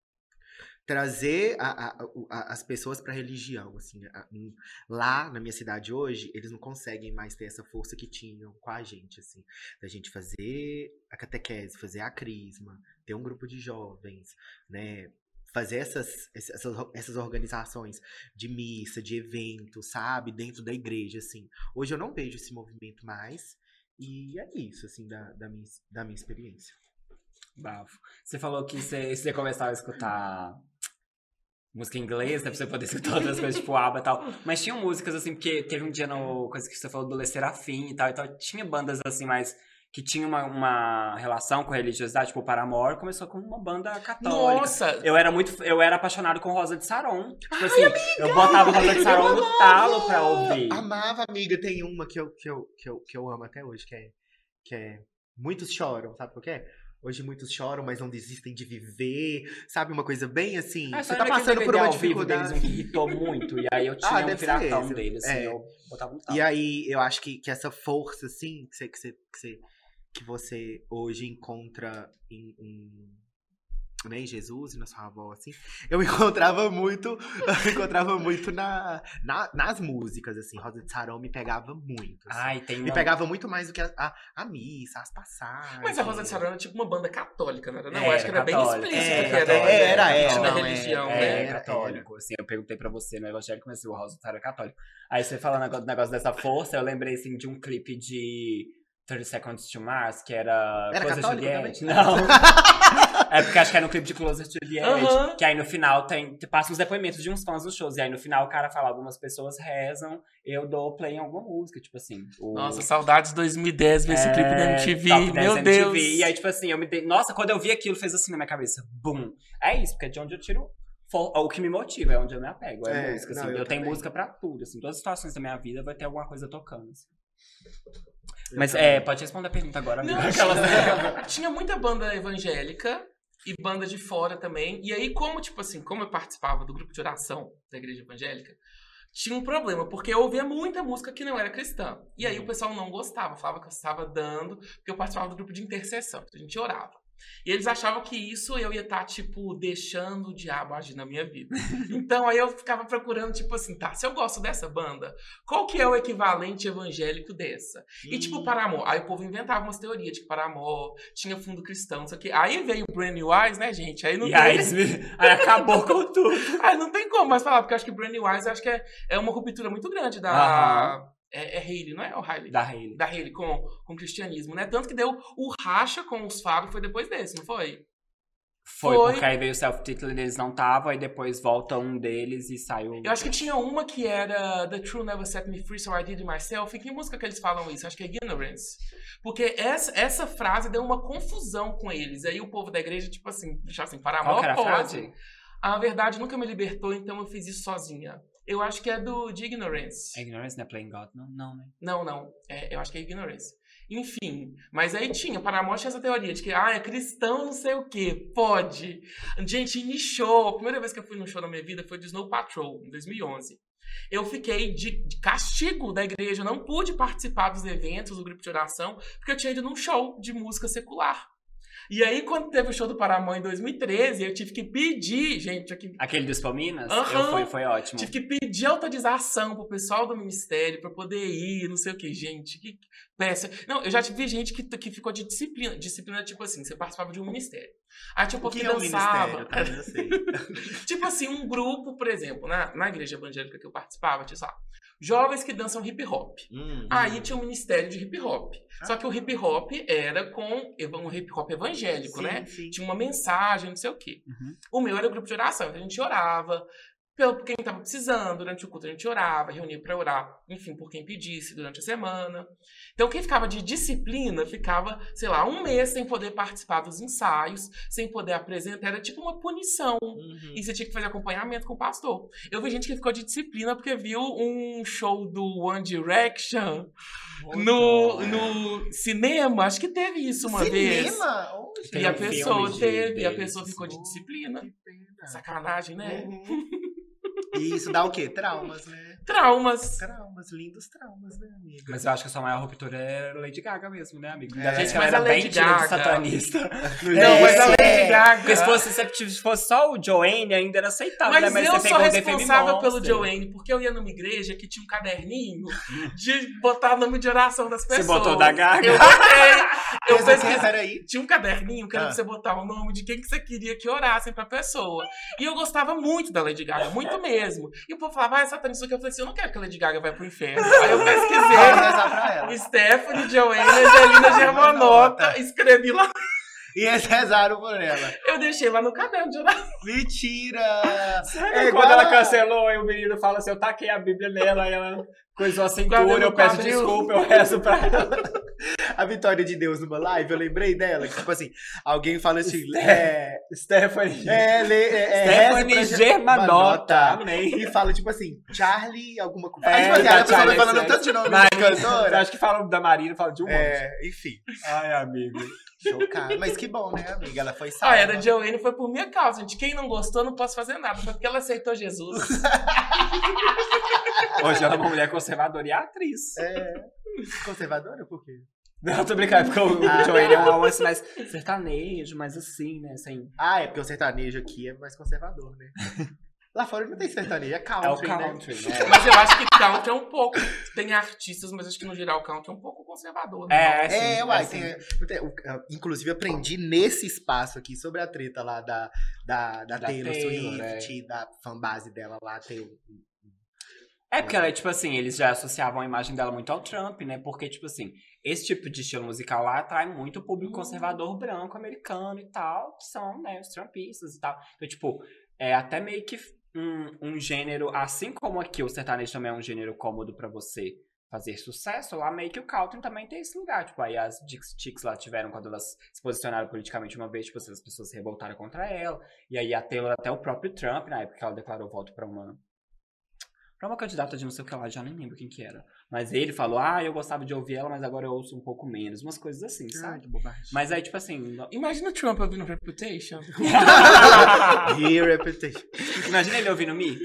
trazer a, a, a, as pessoas para a religião, assim, a, lá na minha cidade hoje, eles não conseguem mais ter essa força que tinham com a gente, assim, da gente fazer a catequese, fazer a crisma, ter um grupo de jovens, né, fazer essas, essas, essas organizações de missa, de evento, sabe, dentro da igreja, assim. Hoje eu não vejo esse movimento mais, e é isso, assim, da, da, minha, da minha experiência. Bafo. Você falou que você, você começava a escutar música em inglês, né, pra você poder escutar outras coisas, tipo ABBA e tal. Mas tinham músicas, assim, porque teve um dia no... coisa que você falou do Le Serafim e tal, e tal. Tinha bandas, assim, mais... que tinha uma, uma relação com a religiosidade, tipo o Paramore, começou com uma banda católica. Nossa! Eu era muito, eu era apaixonado com Rosa de Saron. Tipo Ai, assim, amiga, eu botava Rosa de Saron no talo pra ouvir. Amava, amiga. Tem uma que eu, que eu, que eu, que eu amo até hoje, que é, que é Muitos Choram, sabe por quê? Hoje muitos choram, mas não desistem de viver. Sabe, uma coisa bem assim... Ah, você tá passando por uma dificuldade. Deles, um que irritou muito. E aí eu tinha ah, um piratão deles, assim, é. eu botava um talo. E aí, eu acho que, que essa força, assim, que você... Que você, que você que você hoje encontra em, em, né, em Jesus e na sua avó, assim, eu encontrava muito, eu encontrava muito na, na, nas músicas, assim, Rosa de Saron me pegava muito, assim. Ai, tem uma... Me pegava muito mais do que a, a, a missa, as passagens. Mas a Rosa de Saron era tipo uma banda católica, não era? Não, é, acho que era católica. bem explícito é, que era, era, era, era, na não, religião, é, né? É, católico, assim, eu perguntei pra você no evangélico, mas o Rosa de Saron é católico. Aí você falando do negócio dessa força, eu lembrei, assim, de um clipe de... thirty Seconds to Mars, que era... Era Closer católico to the também? Edge. Não. É porque acho que era no clipe de Closer to the Edge. Uhum. Que aí no final tem... Passa uns depoimentos de uns fãs nos shows. E aí no final o cara fala, algumas pessoas rezam, eu dou play em alguma música, tipo assim. O... Nossa, saudades dois mil e dez, ver esse é, clipe da M T V, Top dez meu M T V. Deus. E aí tipo assim, eu me dei... Nossa, quando eu vi aquilo, fez assim na minha cabeça. Bum. É isso, porque é de onde eu tiro... O que me motiva, é onde eu me apego. É, é música, assim. Não, eu, eu tenho música pra tudo, assim. Todas as situações da minha vida vai ter alguma coisa tocando, assim. Mas, é, pode responder a pergunta agora. Não, tinha, tinha muita banda evangélica e banda de fora também. E aí, como, tipo assim, como eu participava do grupo de oração da igreja evangélica, tinha um problema, porque eu ouvia muita música que não era cristã. E aí o pessoal não gostava, falava que eu estava dando, porque eu participava do grupo de intercessão, a gente orava. E eles achavam que isso eu ia estar, tipo, deixando o diabo agir na minha vida. Então, aí eu ficava procurando, tipo assim, tá, se eu gosto dessa banda, qual que é o equivalente evangélico dessa? Hum. E, tipo, Paramore. Aí o povo inventava umas teorias de que Paramore tinha fundo cristão, não sei o quê. Aí veio o Brand New Eyes, né, gente? Aí não e tem... aí, aí acabou com tudo. Aí não tem como mais falar, porque eu acho que Brand New Eyes, eu acho que é, é uma ruptura muito grande da... Uhum. É, é Hayley, não é o Hayley? Da Hayley. Da Hayley com, com o cristianismo, né? Tanto que deu o racha com os Fábio, foi depois desse, não foi? Foi, foi. Porque aí veio o self-titled, eles não estavam, aí depois volta um deles e saiu... Eu acho que tinha uma que era The True Never Set Me Free, So I Did It Myself. E que música que eles falam isso? Acho que é Ignorance. Porque essa, essa frase deu uma confusão com eles. Aí o povo da igreja, tipo assim, deixava assim, para Qual amor, que era a pode. frase? A verdade nunca me libertou, então eu fiz isso sozinha. Eu acho que é do de Ignorance. Ignorance não é Playing God, não? Não, né? Não, não. É, eu acho que é Ignorance. Enfim, mas aí tinha, Paramore tinha essa teoria de que, ah, é cristão não sei o quê, pode. Gente, em show, a primeira vez que eu fui num show na minha vida foi do Snow Patrol, em dois mil e onze. Eu fiquei de, de castigo da igreja, eu não pude participar dos eventos, do grupo de oração, porque eu tinha ido num show de música secular. E aí, quando teve o show do Paramore em dois mil e treze, eu tive que pedir, gente... Aqui... Aquele dos Palminas? Uhum. Eu foi, foi ótimo. Tive que pedir autorização pro pessoal do ministério pra poder ir, não sei o que, gente. Que peça. Não, eu já vi gente que, que ficou de disciplina. Disciplina, tipo assim, você participava de um ministério. Aí, tipo, que, que dançava. É um eu sei. Tipo assim, um grupo, por exemplo, na, na igreja evangélica que eu participava, tinha, sei lá, jovens que dançam hip hop. Hum, Aí hum. tinha um ministério de hip hop. Ah. Só que o hip hop era com um hip hop evangélico, sim, né? Sim. Tinha uma mensagem, não sei o quê. Uhum. O meu era o grupo de oração, então a gente orava pelo quem estava precisando. Durante o culto a gente orava, reunia para orar, enfim, por quem pedisse durante a semana. Então quem ficava de disciplina ficava, sei lá, um mês sem poder participar dos ensaios, sem poder apresentar, era tipo uma punição. Uhum. E você tinha que fazer acompanhamento com o pastor. Eu vi gente que ficou de disciplina porque viu um show do One Direction no, no cinema. Acho que teve isso uma cinema? vez. Cinema? E a pessoa teve, e a pessoa ficou de disciplina. Sacanagem, né? Uhum. E isso dá o quê? Traumas, né? Traumas. Traumas, lindos traumas, né, amiga? Mas eu acho que a sua maior ruptura é Lady Gaga mesmo, né, amigo? É. Gente, Mas ela a era Lady bem tira de Gaga- satanista. Não, mas a Lady É, Gaga... Porque se fosse, se fosse só o Joanne, ainda era aceitável, Mas, né? Mas eu você sou pegou o The Fame responsável pelo Monster. Joanne, porque eu ia numa igreja que tinha um caderninho de botar nome de oração das Você pessoas. botou da Gaga? Eu botei. Eu Esse aqui, pesquisei. peraí. Tinha um caderninho que era Ah. pra você botar o nome de quem que você queria que orassem pra pessoa. E eu gostava muito da Lady Gaga, muito mesmo. E o povo falava, ah, é satanista. Eu falei assim, eu não quero que a Lady Gaga vá pro inferno. Aí eu Vamos pesquisei. rezar pra ela. Stephanie, Joanne, Angelina Germanota. Escrevi lá. E eles rezaram por ela. Eu deixei lá no caderno de oração. Mentira! É, igual quando ela a- cancelou e o menino fala assim, eu taquei a Bíblia nela, e ela coisou a cintura, Guardei no eu peço quadril. desculpa, eu rezo pra ela. A vitória de Deus numa live, eu lembrei dela. Que, tipo assim, alguém fala assim... Steph- É, Stephanie. é, le- é, é, Stephanie reza pra Germanota. Amém. E fala, tipo assim, Charlie, alguma coisa. É, Aí, tipo assim, da aí a pessoa vai Charlie falando X C X. tanto de nome Mas- de Eu cantora. acho que fala da Marina, fala de um monte. É, enfim. Ai, amigo. Chocada. Mas que bom, né, amiga? Ela foi salva. Ah, era Joanne, foi por minha causa, gente. Quem não gostou, não posso fazer nada. Foi porque ela aceitou Jesus. Hoje ela é uma mulher conservadora e atriz. É. Conservadora? Por quê? Não, tô brincando, porque o Ah. Joanne é um almoço mais sertanejo, mais assim, né? Sem... Ah, é porque o sertanejo aqui é mais conservador, né? Lá fora não tem sertanejo, é É o country, né? country, né? Mas eu acho que country é um pouco. Tem artistas, mas acho que no geral country é um pouco conservador. Né? É, sim, É, uai, assim. tem, tem- o- inclusive eu aprendi nesse espaço aqui sobre a treta lá da, da, da, Da Taylor Taylor, Swift, da fanbase dela lá, tem É porque ela, tipo assim, eles já associavam a imagem dela muito ao Trump, né? Porque, tipo assim, esse tipo de estilo musical lá atrai muito o público conservador branco americano e tal, que são, né, os trumpistas e tal. Então, tipo, é até meio que um, um gênero, assim como aqui o sertanejo também é um gênero cômodo pra você fazer sucesso, lá meio que o country também tem esse lugar. Tipo, aí as Dixie Chicks lá tiveram, quando elas se posicionaram politicamente uma vez, tipo, as pessoas se revoltaram contra ela. E aí a Taylor, até o próprio Trump, na época que ela declarou voto pra uma... Pra uma candidata de não sei o que lá, já nem lembro quem que era. Mas ele falou, ah, eu gostava de ouvir ela, mas agora eu ouço um pouco menos. Umas coisas assim, Ai, sabe? que bobagem. Mas aí, tipo assim... no- Imagina o Trump ouvindo Reputation. Here, reputation. Imagina ele ouvindo Me.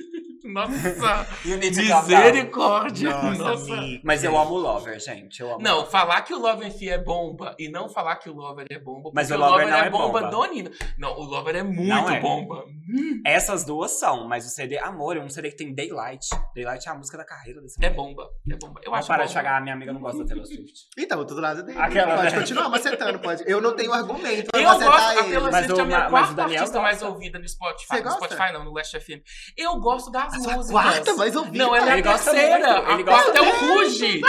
Nossa, You need to calm down. misericórdia. Nossa, Nossa. amigo. Mas eu amo o Lover, gente. Eu amo Não, Lover. falar que o Love and Fear é bomba e não falar que o Lover é bomba. Mas porque o Lover não é é bomba bomba. do Nino. Não, o Lover é muito Não é. bomba. Essas duas são, mas o C D, amor, é um C D que tem Daylight. Daylight é a música da carreira desse É mulher. bomba, é bomba. Eu Vamos acho parar bomba. de pagar, a minha amiga não gosta da Taylor Swift. Então, tô do lado dele. Aquela, pode né? continuar macetando, pode. Eu não tenho argumento pra Eu gosto, macetar a ele. Taylor Mas Swift o- é a minha mas o quarta Daniel artista mais gosta. ouvida no Spotify. Você no gosta? Spotify não, no Last F M. Eu gosto das músicas. Quarta mais ouvida. Não, ela é Ele a gosta terceira. muito, ele A quarta gosta é o Ruge.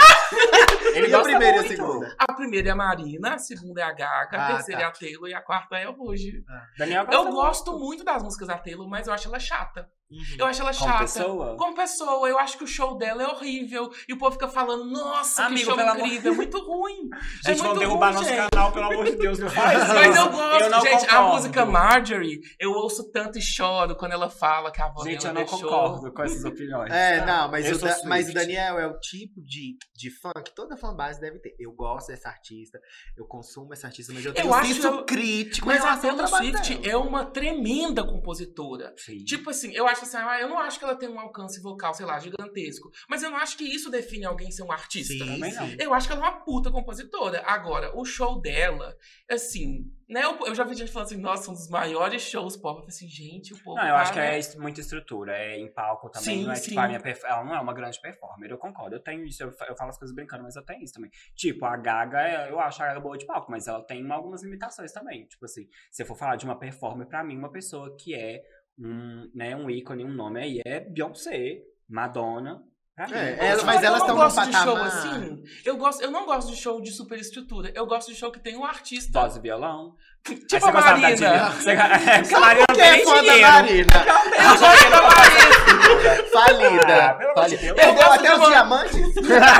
Ele E a gosta primeira e a muito. segunda? A primeira é a Marina, a segunda é a Gaga, a Ah, terceira tá. é a Taylor e a quarta é o Ruge. Daniel gosta Eu muito. gosto muito das músicas da Taylor, mas eu acho ela chata. Uhum. Eu acho ela Como chata. pessoa? Como pessoa, eu acho que o show dela é horrível. E o povo fica falando, nossa, Amigo, que show pelo amor- incrível. É muito ruim. é Gente, vão muito derrubar ruim, nosso gente. canal, pelo amor de Deus, não faz isso. Mas eu gosto, Eu não gente. A concordo. música Marjorie, eu ouço tanto e choro quando ela fala que a avó Gente, dela eu não deixou. concordo com essas opiniões. É, não, mas Eu o, sou Da- mas o Swift. Daniel é o tipo de, de fã que toda fanbase deve ter. Eu gosto dessa artista, eu consumo essa artista, mas eu tenho Eu um acho senso ela- crítico. Mas em a relação ao Taylor trabalho Swift dela. é uma tremenda compositora. Sim. Tipo assim, eu acho assim, ah, eu não acho que ela tem um alcance vocal, sei lá, gigantesco. Mas eu não acho que isso define alguém ser um artista. Sim, Também não. sim. Eu acho que ela é uma puta compositora. Agora, o show dela, assim, né? Eu, eu já vi gente falando assim, nossa, um dos maiores shows pop. Eu falei assim, gente, o povo. Não, eu tá, acho que né? é est- muita estrutura, é em palco também, Sim, não é sim. tipo a minha perf... ela não é uma grande performer, eu concordo, eu tenho isso, eu, fa- eu falo as coisas brincando, mas eu tenho isso também. Tipo, a Gaga, é- eu acho a Gaga boa de palco, mas ela tem algumas limitações também, tipo assim, se eu for falar de uma performer, pra mim, uma pessoa que é um, né, um ícone, um nome aí, é Beyoncé, Madonna, pra mim. É, ela- Sabe, mas elas eu tão não num gosto de show patamar. assim. Eu, gosto, eu não gosto de show de superestrutura. Eu gosto de show que tem um artista. Voz e violão. Aí Tipo você a gostava da Marina. Dina? Você... É, porque a Marina Por não que tem é fã da dinheiro. Marina? Eu gosto da Marina. Falida. Ah, pelo amor de Falida. Deus. Eu Perdeu gosto até de os uma- diamantes.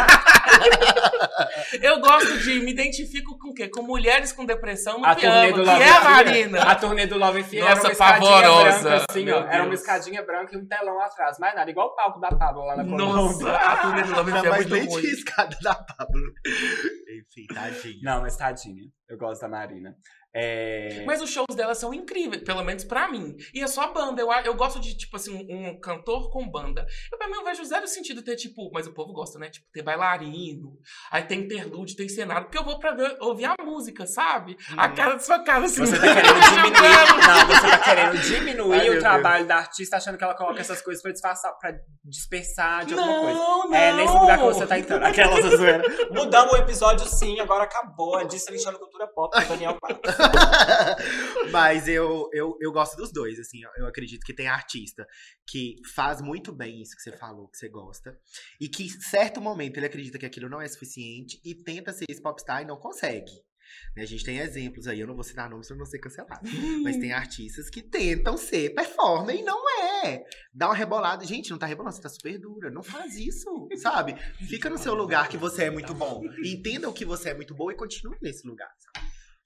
Eu gosto de. Me identifico com o quê? Com mulheres com depressão no A piano, turnê do que Love é a and Fear- Marina. A turnê do Love and Fear Nossa, era uma escadinha pavorosa. branca, assim, Meu ó. Era uma Deus. escadinha branca e um telão atrás. Mais nada, igual o palco da Pablo lá na Nossa, Colômbia. a turnê do Love and Não, Fear é mas muito nem ruim. tinha escada da Pablo. Enfim, tadinha. Não, mas tadinha. Eu gosto da Marina. É... Mas os shows dela são incríveis, pelo menos pra mim. E é só banda. Eu, eu gosto de, tipo assim, um, um cantor com banda. Eu, pra mim, eu vejo zero sentido ter, tipo... Mas o povo gosta, né? Tipo, ter bailarino. Aí tem interlúdio, tem cenário. Porque eu vou pra ver, ouvir a música, sabe? Hum. A cara da sua cara, assim... Você tá querendo diminuir... Não, você tá querendo diminuir Ai, o trabalho Deus. da artista, achando que ela coloca essas coisas pra disfarçar, pra dispersar de alguma não, coisa. Não, É nesse lugar que você tá entrando. Aquela zoeira. Mudamos o episódio, sim. Agora acabou. É Destrinchando Cultura Pop com Daniel Pato. Mas eu, eu, eu gosto dos dois, assim. Eu acredito que tem artista que faz muito bem isso que você falou, que você gosta. E que, em certo momento, ele acredita que aquilo não é suficiente e tenta ser esse popstar e não consegue. A gente tem exemplos aí, eu não vou citar nomes pra não ser cancelado. Mas tem artistas que tentam ser performer e não é. Dá uma rebolada. Gente, não tá rebolando, você tá super dura. Não faz isso, sabe? Fica no seu lugar que você é muito bom. Entendam que você é muito bom e continue nesse lugar, sabe?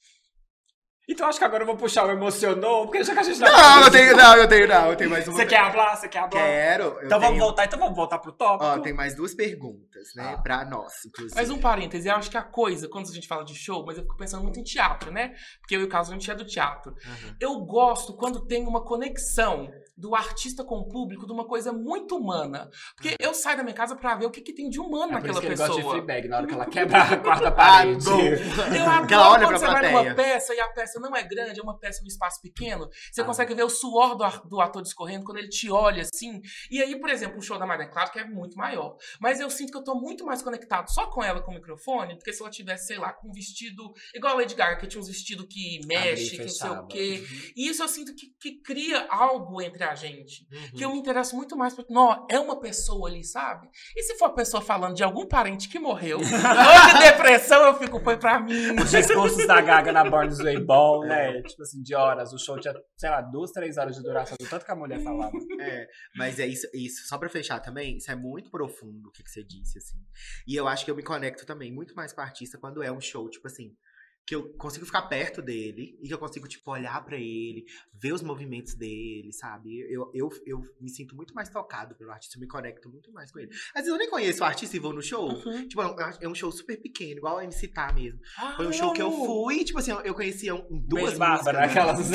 Então acho que agora eu vou puxar o emocionou, porque já que a gente tá... Não, eu tenho, não, eu tenho, não, eu tenho mais uma. Você quer falar? Você quer falar? Quero. Eu então tenho... vamos voltar, então vamos voltar pro tópico. Ó, tem mais duas perguntas, né, ah. pra nós, inclusive. Mas um parêntese, eu acho que a coisa, quando a gente fala de show, mas eu fico pensando muito em teatro, né? Porque eu e o Carlos, a gente é do teatro. Uhum. Eu gosto quando tem uma conexão do artista com o público de uma coisa muito humana. Porque uhum. eu saio da minha casa pra ver o que, que tem de humano é naquela por isso que pessoa. Ele gosta de Fleabag, na hora que ela quebra a quarta parede. Ah, eu adoro ela olha quando pra você plateia. vai numa peça e a peça não é grande, é uma peça num espaço pequeno. Você ah. consegue ver o suor do, do ator discorrendo quando ele te olha assim. E aí, por exemplo, o show da Marina, claro que é muito maior. Mas eu sinto que eu tô muito mais conectado só com ela, com o microfone, do que se ela tivesse, sei lá, com um vestido... Igual a Lady Gaga, que tinha uns vestidos que mexe, que não sei o quê. Uhum. E isso eu sinto que, que cria algo entre a gente. Uhum. Que eu me interesso muito mais por... Não, é uma pessoa ali, sabe? E se for a pessoa falando de algum parente que morreu, ou de depressão, eu fico, foi pra mim. Os discursos da Gaga na Born This Way Ball, né? Tipo assim, de horas. O show tinha, sei lá, duas, três horas de duração, do tanto que a mulher falava. É, mas é isso, isso. Só pra fechar também, isso é muito profundo o que, que você disse, assim. E eu acho que eu me conecto também muito mais com o artista quando é um show, tipo assim, que eu consigo ficar perto dele e que eu consigo, tipo, olhar pra ele, ver os movimentos dele, sabe? Eu, eu, eu me sinto muito mais tocado pelo artista, eu me conecto muito mais com ele. Às vezes eu nem conheço o artista e vou no show. Uhum. Tipo, é um show super pequeno, igual a M C Tá mesmo. Ah, Foi um show que eu fui, tipo assim, eu conhecia um, duas Beijo, Bárbara, aquelas...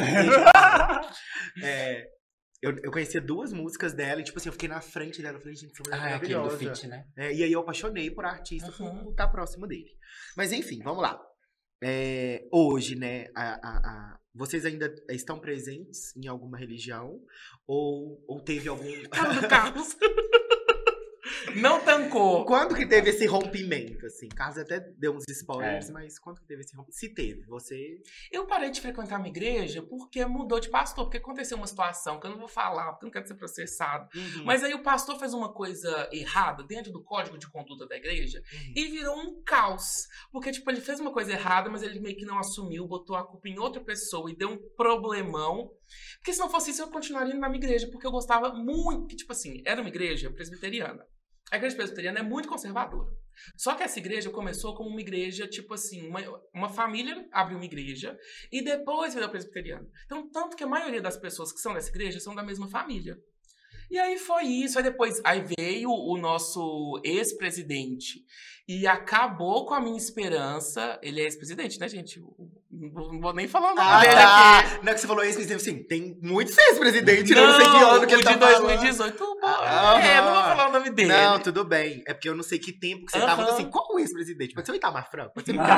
é... Eu, eu conhecia duas músicas dela e, tipo assim, eu fiquei na frente dela. Eu falei, gente, essa mulher é ah, maravilhosa. Aquele do feat, né? É, e aí eu apaixonei por artista, uhum. por estar próximo dele. Mas enfim, vamos lá. É, hoje, né, a, a, a, vocês ainda estão presentes em alguma religião? Ou, ou teve algum... Cara do Carlos. Não tancou. Quando que teve esse rompimento, assim? Carlos até deu uns spoilers, é. mas quando que teve esse rompimento? Se teve, você... Eu parei de frequentar uma igreja porque mudou de pastor, porque aconteceu uma situação que eu não vou falar, porque eu não quero ser processado. Uhum. Mas aí o pastor fez uma coisa errada dentro do código de conduta da igreja uhum. e virou um caos. Porque, tipo, ele fez uma coisa errada, mas ele meio que não assumiu, botou a culpa em outra pessoa e deu um problemão. Porque se não fosse isso, eu continuaria indo na minha igreja, porque eu gostava muito, que, tipo assim, era uma igreja presbiteriana. A igreja presbiteriana é muito conservadora. Só que essa igreja começou como uma igreja, tipo assim, uma, uma família abriu uma igreja e depois virou presbiteriana. Então, tanto que a maioria das pessoas que são dessa igreja são da mesma família. E aí foi isso, aí depois aí veio o nosso ex-presidente e acabou com a minha esperança. Ele é ex-presidente, né, gente? Não vou nem falar o nome ah, dele tá. aqui. Não é que você falou ex-presidente, assim, tem muitos ex-presidentes, não, não sei que ano que ele tá falando. O de dois mil e dezoito, ah, é, não vou falar o nome dele. Não, tudo bem. É porque eu não sei que tempo que você uh-huh. tava assim, qual o ex-presidente? Pode ser o Itamar Franco? Pode ser o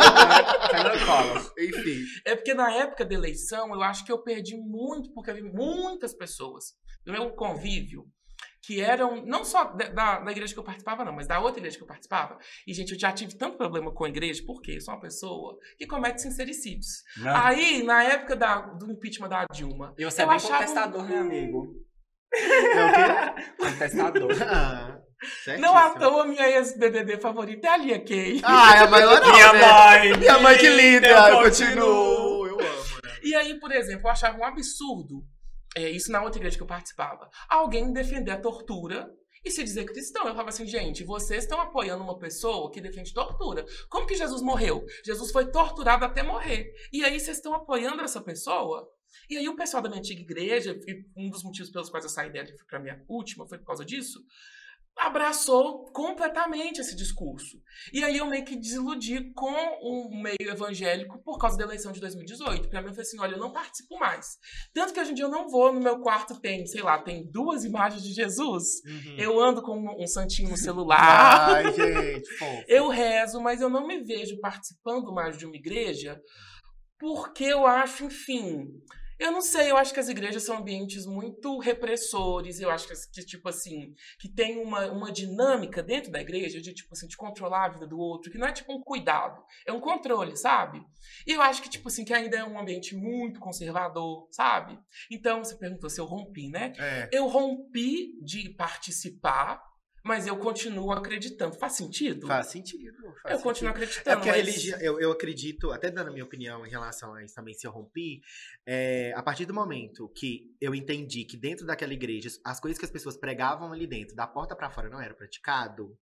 Enfim. É porque na época da eleição, eu acho que eu perdi muito, porque eu vi muitas pessoas do meu convívio que eram, não só da, da igreja que eu participava, não, mas da outra igreja que eu participava. E, gente, eu já tive tanto problema com a igreja, porque eu sou uma pessoa que comete sincericídios. Não. Aí, na época da, do impeachment da Dilma... E você é bem contestador, um... né, amigo? É o quê? Contestador. Ah, não à toa, minha ex-B B B favorita é a Lia Kay. Ah, é a maior não, Minha né? mãe! Minha mãe, que linda! Eu, eu continuo! Eu amo, né? E aí, por exemplo, eu achava um absurdo, é, isso na outra igreja que eu participava, alguém defender a tortura e se dizer cristão. Eu falava assim, gente, vocês estão apoiando uma pessoa que defende tortura. Como que Jesus morreu? Jesus foi torturado até morrer. E aí vocês estão apoiando essa pessoa? E aí o pessoal da minha antiga igreja, e um dos motivos pelos quais eu saí dela e fui pra minha última, foi por causa disso, abraçou completamente esse discurso. E aí eu meio que desiludi com o meio evangélico por causa da eleição de dois mil e dezoito. Pra mim eu falei assim, olha, eu não participo mais. Tanto que hoje em dia eu não vou, no meu quarto tem, sei lá, tem duas imagens de Jesus. Uhum. Eu ando com um santinho no celular. Ai, gente, pô. Eu rezo, mas eu não me vejo participando mais de uma igreja porque eu acho, enfim... Eu não sei, eu acho que as igrejas são ambientes muito repressores, eu acho que, que tipo assim, que tem uma, uma dinâmica dentro da igreja de, tipo assim, de controlar a vida do outro, que não é tipo um cuidado, é um controle, sabe? E eu acho que, tipo assim, que ainda é um ambiente muito conservador, sabe? Então, você perguntou se eu rompi, né? É. Eu rompi de participar, mas eu continuo acreditando. Faz sentido? Faz sentido. Faz eu sentido. continuo acreditando. É porque mas... a religião, eu, eu acredito, até dando a minha opinião em relação a isso também, se eu rompi, é, a partir do momento que eu entendi que dentro daquela igreja, as coisas que as pessoas pregavam ali dentro, da porta pra fora, não era praticado,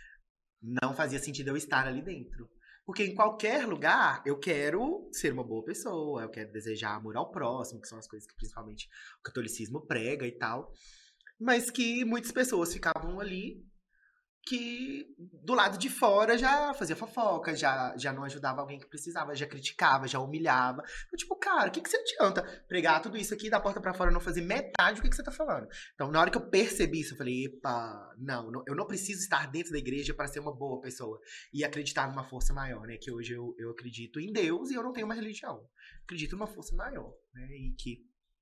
não fazia sentido eu estar ali dentro. Porque em qualquer lugar, eu quero ser uma boa pessoa, eu quero desejar amor ao próximo, que são as coisas que principalmente o catolicismo prega e tal. Mas que muitas pessoas ficavam ali que do lado de fora já fazia fofoca, já, já não ajudava alguém que precisava, já criticava, já humilhava. Então, tipo, cara, o que, que você adianta pregar tudo isso aqui da porta pra fora e não fazer metade do que, que você tá falando? Então, na hora que eu percebi isso, eu falei, epa, não, não eu não preciso estar dentro da igreja para ser uma boa pessoa e acreditar numa força maior, né? Que hoje eu, eu acredito em Deus e eu não tenho uma religião. Acredito numa força maior, né? E que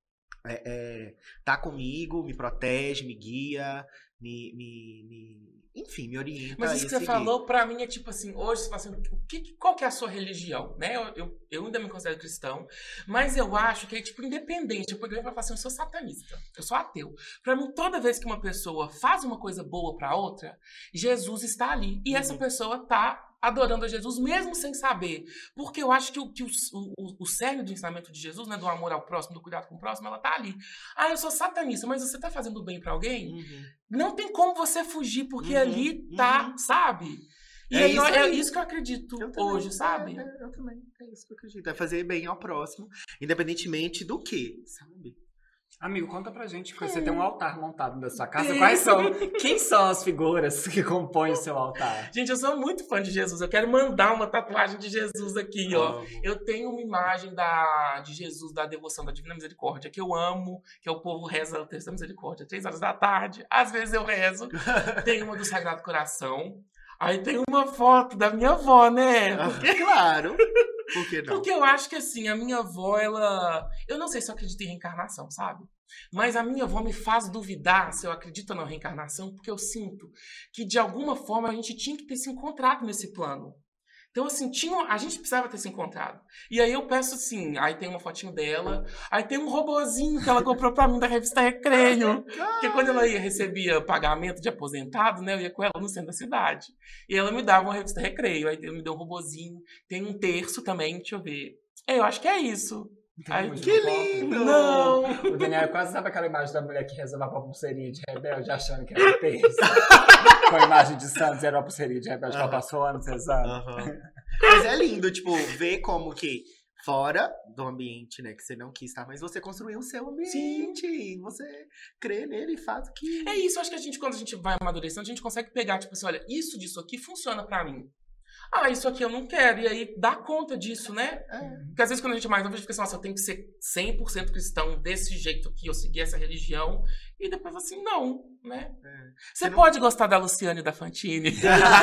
É, é, tá comigo, me protege, me guia, me, me, me enfim, me orienta. Mas isso que você falou, pra mim, é tipo assim, hoje você fala assim, o que, qual que é a sua religião? Né? Eu, eu, eu ainda me considero cristão, mas eu acho que é tipo independente. Eu poderia falar assim, eu sou satanista, eu sou ateu. Pra mim, toda vez que uma pessoa faz uma coisa boa pra outra, Jesus está ali. E uhum. essa pessoa tá adorando a Jesus, mesmo sem saber. Porque eu acho que o, que o, o, o cerne do ensinamento de Jesus, né, do amor ao próximo, do cuidado com o próximo, ela tá ali. Ah, eu sou satanista, mas você tá fazendo bem pra alguém? Uhum. Não tem como você fugir, porque uhum. ali tá, uhum. sabe? E é, aí, isso é isso que eu acredito eu hoje, também, sabe? É, é, eu também, é isso que eu acredito. É fazer bem ao próximo, independentemente do que, sabe? Amigo, conta pra gente que você tem um altar montado na sua casa. Quais são? Quem são as figuras que compõem o seu altar? Gente, eu sou muito fã de Jesus. Eu quero mandar uma tatuagem de Jesus aqui, ó. Oh. Eu tenho uma imagem da, de Jesus, da devoção da Divina Misericórdia, que eu amo, que o povo reza o texto da Misericórdia, três horas da tarde. Às vezes eu rezo. Tem uma do Sagrado Coração. Aí tem uma foto da minha avó, né? Porque... Claro. Por que não? Porque eu acho que, assim, a minha avó, ela... Eu não sei se eu acredito em reencarnação, sabe? Mas a minha avó me faz duvidar se eu acredito ou não em reencarnação, porque eu sinto que, de alguma forma, a gente tinha que ter se encontrado nesse plano. Então, assim, tinha, a gente precisava ter se encontrado. E aí eu peço assim, aí tem uma fotinho dela, aí tem um robozinho que ela comprou pra mim da revista Recreio. Porque quando ela ia, recebia pagamento de aposentado, né, eu ia com ela no centro da cidade. E ela me dava uma revista Recreio, aí ela me deu um robozinho, tem um terço também, deixa eu ver. É, eu acho que é isso. Ai, que lindo! Não! O Daniel quase sabe aquela imagem da mulher que rezava pra pulseirinha de rebelde, achando que era terço. Com a imagem de Santos, era uma pulseirinha de rebelde, que ela passou anos rezando. Uhum. Mas é lindo, tipo, ver como que fora do ambiente, né, que você não quis estar, mas você construiu o seu ambiente. Sim. Você crê nele e faz o que... É isso, acho que a gente, quando a gente vai amadurecendo, a gente consegue pegar, tipo assim, olha, isso disso aqui funciona pra mim. Ah, isso aqui eu não quero. E aí, dá conta disso, né? É. Porque às vezes quando a gente é mais novo, a gente fica assim, nossa, eu tenho que ser cem por cento cristão desse jeito aqui, eu seguir essa religião. E depois assim, não, né? É. Você, Você pode não... gostar da Luciane e da Fantine.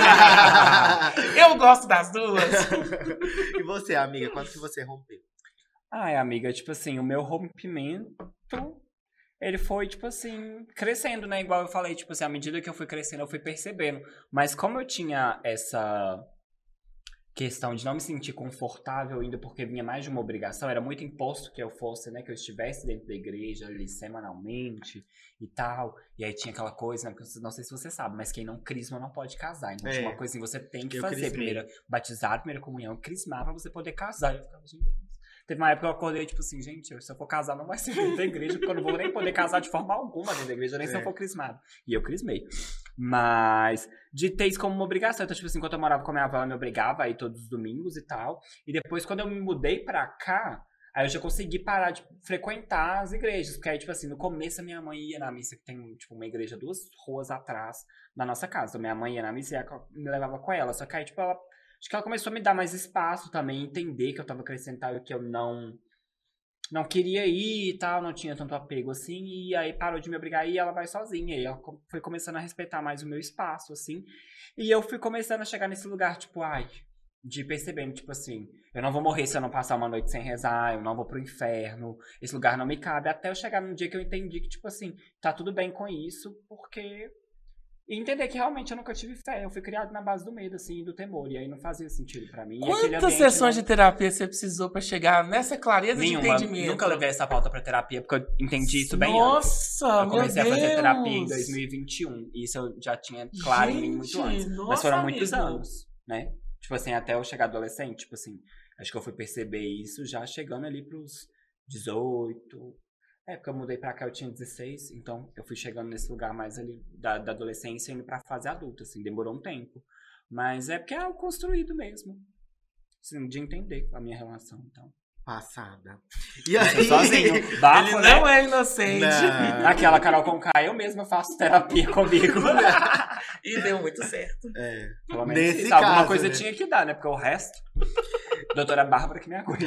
Eu gosto das duas. E você, amiga, quando que você rompeu? Ai, amiga, tipo assim, o meu rompimento... Ele foi, tipo assim, crescendo, né? Igual eu falei, tipo assim, à medida que eu fui crescendo, eu fui percebendo. Mas como eu tinha essa... questão de não me sentir confortável ainda porque vinha mais de uma obrigação, era muito imposto que eu fosse, né, que eu estivesse dentro da igreja ali semanalmente e tal, e aí tinha aquela coisa, né, não sei se você sabe, mas quem não crisma não pode casar, então é. tinha uma coisa assim, você tem que eu fazer, primeiro batizar, primeira comunhão, crismar pra você poder casar, e eu ficava, gente, teve uma época que eu acordei, tipo assim, gente, se eu for casar não vai ser dentro da igreja, porque eu não vou nem poder casar de forma alguma dentro da igreja, nem é. se eu for crismado. E eu crismei. Mas de ter isso como uma obrigação. Então, tipo assim, enquanto eu morava com a minha avó, ela me obrigava a ir todos os domingos e tal. E depois, quando eu me mudei pra cá, Aí eu já consegui parar de frequentar as igrejas. Porque aí, tipo assim, no começo a minha mãe ia na missa, que tem, tipo, uma igreja duas ruas atrás da nossa casa. Então, minha mãe ia na missa e me levava com ela. Só que aí, tipo, ela... Acho que ela começou a me dar mais espaço também, entender que eu tava crescendo e que eu não... Não queria ir e tal, não tinha tanto apego assim. E aí parou de me obrigar a ir e ela vai sozinha. E ela foi começando a respeitar mais o meu espaço, assim. E eu fui começando a chegar nesse lugar, tipo, ai... De percebendo, tipo assim, eu não vou morrer se eu não passar uma noite sem rezar, eu não vou pro inferno, esse lugar não me cabe. Até eu chegar num dia que eu entendi que, tipo assim, tá tudo bem com isso, porque... E entender que realmente eu nunca tive fé. Eu fui criado na base do medo, assim, do temor. E aí não fazia sentido pra mim. Quantas sessões não... de terapia você precisou pra chegar nessa clareza Nenhuma. de entendimento? Nunca levei essa pauta pra terapia, porque eu entendi isso bem Nossa, antes. Eu comecei meu a fazer Deus. terapia em dois mil e vinte e um. E isso eu já tinha claro Gente, em mim muito antes. Nossa, Mas foram amigo. muitos anos, né? Tipo assim, até eu chegar adolescente, tipo assim, acho que eu fui perceber isso já chegando ali pros dezoito. É, porque eu mudei pra cá, eu tinha dezesseis, então eu fui chegando nesse lugar mais ali da, da adolescência indo pra fase adulta, assim, demorou um tempo. Mas é porque é algo construído mesmo, assim, de entender a minha relação, então. Passada. E aí... Eu sozinho, bafo, Ele né? não é inocente. Não. Aquela Carol Conká, eu mesma faço terapia comigo. E deu muito certo. É. Pelo menos Nesse isso, alguma caso, coisa né? tinha que dar, né? Porque o resto, doutora Bárbara que me aguenta.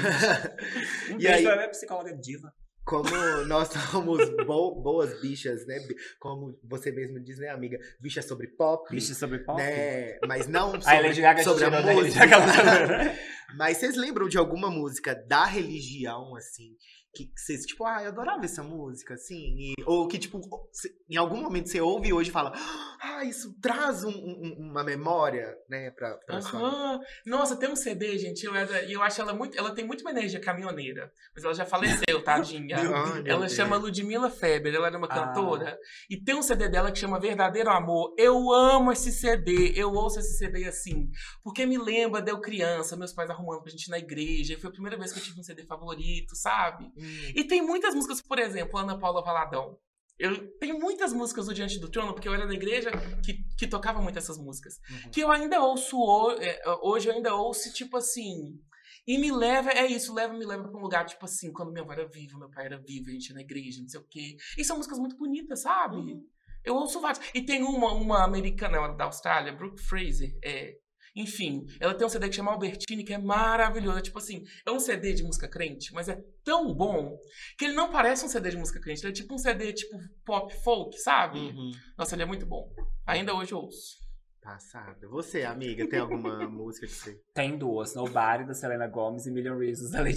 Um E beijo aí- pra minha psicóloga diva. Como nós somos bo- boas bichas, né? Bi- Como você mesmo diz, né, amiga? Bichas sobre pop. Bicho sobre pop. Né? Mas não A sobre, Lady Gaga sobre a tirou da música. Gaga. Mas vocês lembram de alguma música da religião, assim, que que vocês, tipo, ah, eu adorava essa música, assim, e- ou que, tipo, cê- em algum momento você ouve hoje e fala, ah, isso traz um- um- uma memória, né, pra, pra sua... Aham. Nossa, tem um C D, gente. Eu, era, e eu acho ela muito. Ela tem muito uma energia caminhoneira. Mas ela já faleceu, tadinha. Meu Deus. Ela Meu chama Deus. Ludmilla Feber, ela era uma Ah. cantora. E tem um C D dela que chama Verdadeiro Amor. Eu amo esse C D, eu ouço esse C D assim. Porque me lembra de eu criança, meus pais arrumando pra gente ir na igreja. E foi a primeira vez que eu tive um C D favorito, sabe? Hum. E tem muitas músicas, por exemplo, Ana Paula Valadão. Eu tenho muitas músicas do Diante do Trono, porque eu era na igreja que, que tocava muito essas músicas. Uhum. Que eu ainda ouço, ho- é, hoje eu ainda ouço, tipo assim... E me leva, é isso, leva, me leva pra um lugar, tipo assim, quando minha avó era viva, meu pai era vivo, a gente ia na igreja, não sei o quê. E são músicas muito bonitas, sabe? Uhum. Eu ouço várias. E tem uma, uma americana, ela da Austrália, Brooke Fraser, é... Enfim, ela tem um C D que chama Albertine, que é maravilhoso. É tipo assim, é um C D de música crente, mas é tão bom que ele não parece um C D de música crente. Ele é tipo um C D tipo pop folk, sabe? Uhum. Nossa, ele é muito bom. Ainda hoje eu ouço. Passada. Você, amiga, tem alguma música que você... Tem duas, Nobody, da Selena Gomez e Million Reasons, da Lady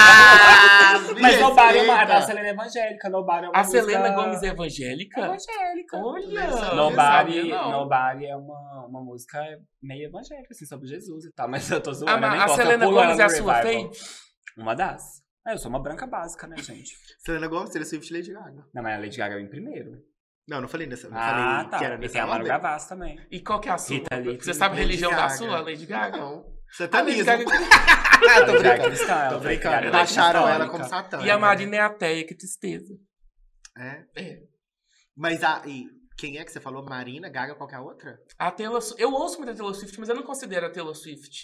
Ah, Gaga. Mas Nobody é uma, respeita. da Selena evangélica, Nobody é uma A música... Selena Gomes é evangélica? evangélica. Olha! Não Nobody, sabia, não. Nobody é uma, uma música meio evangélica, assim, sobre Jesus e tal. Mas eu tô zoando, A, eu nem a gosto, eu Selena pulo Gomes é ela a no sua revival. fave? Uma das. É, eu sou uma branca básica, né, gente? Selena Gomez, Taylor Swift e Lady Gaga. Não, mas a Lady Gaga é em primeiro. Não, não falei nessa. Não Ah, falei tá. que era E nessa tem a Maru ordem. Gavassi também. E qual que é a sua? Rita Lee, Você sabe a Lady religião da Gaga. sua, Lady Gaga? Não. A Lady Satanismo. Gaga... Ah, tô A Lady Gaga é brincando. cristã, ela Tô foi brincando. criada Taxaram ela católica. como satânica. E a Marina é ateia, que tristeza. É? É. Mas a... E quem é que você falou? Marina, Gaga, qualquer outra? A Taylor Swift, eu ouço muito a Taylor Swift, mas eu não considero a Taylor Swift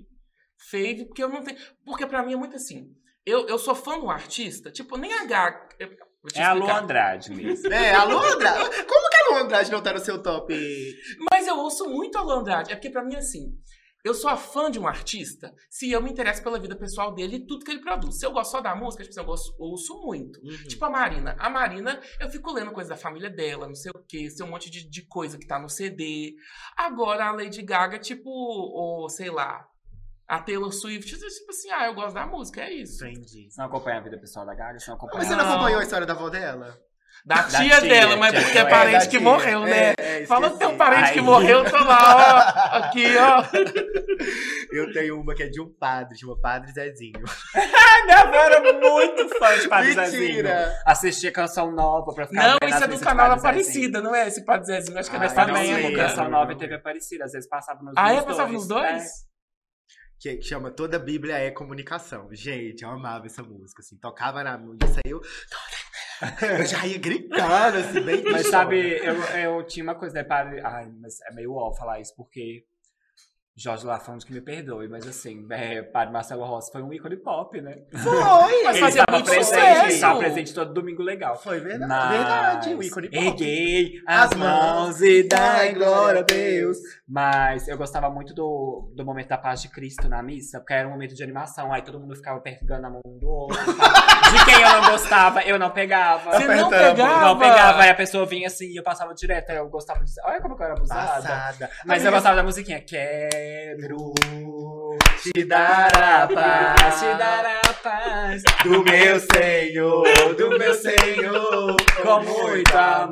fave, porque eu não tenho... Porque pra mim é muito assim, eu, eu sou fã do artista, tipo, nem a Gaga... eu- vou te É a Lu explicar. Andrade mesmo. É, a Lu Andrade. Como que a Lu Andrade não tá no seu top? Mas eu ouço muito a Lu Andrade, é porque pra mim é assim, eu sou a fã de um artista se eu me interesso pela vida pessoal dele e tudo que ele produz. Se eu gosto só da música, tipo, eu gosto, ouço muito. Uhum. Tipo a Marina. A Marina, eu fico lendo coisa da família dela, não sei o quê, tem um monte de, de coisa que tá no C D. Agora a Lady Gaga, tipo, ou sei lá, a Taylor Swift, tipo assim, ah, eu gosto da música, é isso. Entendi. Você não acompanha a vida pessoal da Gaga? Você não acompanha... Mas você não Não. acompanhou a história da avó dela? Da, Da tia, tia, dela, mas tia, porque é é, parente da que tia. morreu, né? É, é, Fala que tem um esqueci. parente Aí. que morreu, eu tô lá, ó, aqui, ó. Eu tenho uma que é de um padre, chama Padre Zezinho. Ai, minha avó era muito fã de Padre Zezinho. Mentira! Assistia Canção Nova pra ficar Não, vendo isso as é do missas de canal Padre Aparecida, não é? Esse Padre Zezinho, acho que é Ah, dessa não Também, sei, época. Canção não. Nova e T V Aparecida. Às vezes passava nos Ah, é? nos Passava nos dois? É. Que chama Toda Bíblia é Comunicação. Gente, eu amava essa música, assim. Tocava na música, eu... Eu já ia gritando, assim, bem Mas pichona. sabe, eu, eu tinha uma coisa, né, padre... Ai, mas é meio ó falar isso, porque Jorge Lafont que me perdoe, mas assim, é, Padre Marcelo Rossi foi um ícone pop, né? Foi! Mas Ele fazia estava muito presente, sucesso. ele estava presente todo domingo legal. Foi verdade, Mas verdade, o ícone pop. Erguei as mãos e dai glória a Deus. Mas eu gostava muito do, do momento da paz de Cristo na missa, porque era um momento de animação, aí todo mundo ficava pegando a mão um do outro. De quem eu não gostava, eu não pegava. Você não Apertando. pegava? Não pegava, aí a pessoa vinha assim e eu passava direto, aí eu gostava de dizer, olha como eu era abusada. Passada. Mas eu Amiga, gostava da musiquinha. Quero te dar a paz, te dar a paz do meu Senhor, do meu Senhor, com muito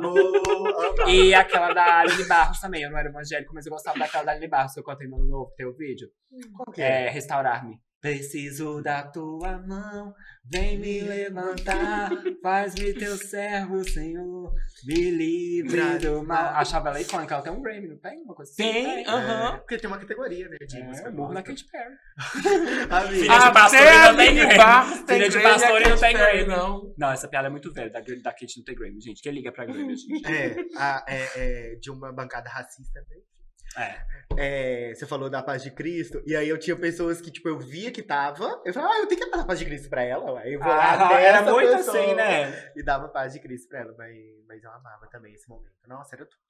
amor. E aquela da Aline Barros também. Eu não era evangélico, mas eu gostava daquela da Aline Barros que eu contei no novo teu vídeo. Qual que é? É, Restaurar-me. Preciso da tua mão, vem me levantar, faz-me teu servo, Senhor, me livre do mal. Achava ela icônica, ela tem um Grammy, não tem? Uma coisa assim? Tem, aham. É, porque tem uma categoria, né, de É, música. morro na Katy Perry. Amiga, Filha de pastor e não tem Grammy. Barros tem Filha de Grammy, pastor e a não tem Katy Perry, Grammy. não. Não, essa piada é muito velha, da, da Katy não tem Grammy, gente. Quem liga pra Grammy, gente? É, a, é, é, de uma bancada racista, né? É. É, você falou da paz de Cristo, e aí eu tinha pessoas que, tipo, eu via que tava, eu falava, ah, eu tenho que dar a paz de Cristo pra ela, aí eu vou lá Ah, nessa era muito pessoa assim, né? e dava paz de Cristo pra ela, mas, mas eu amava também esse momento. Nossa, era tudo.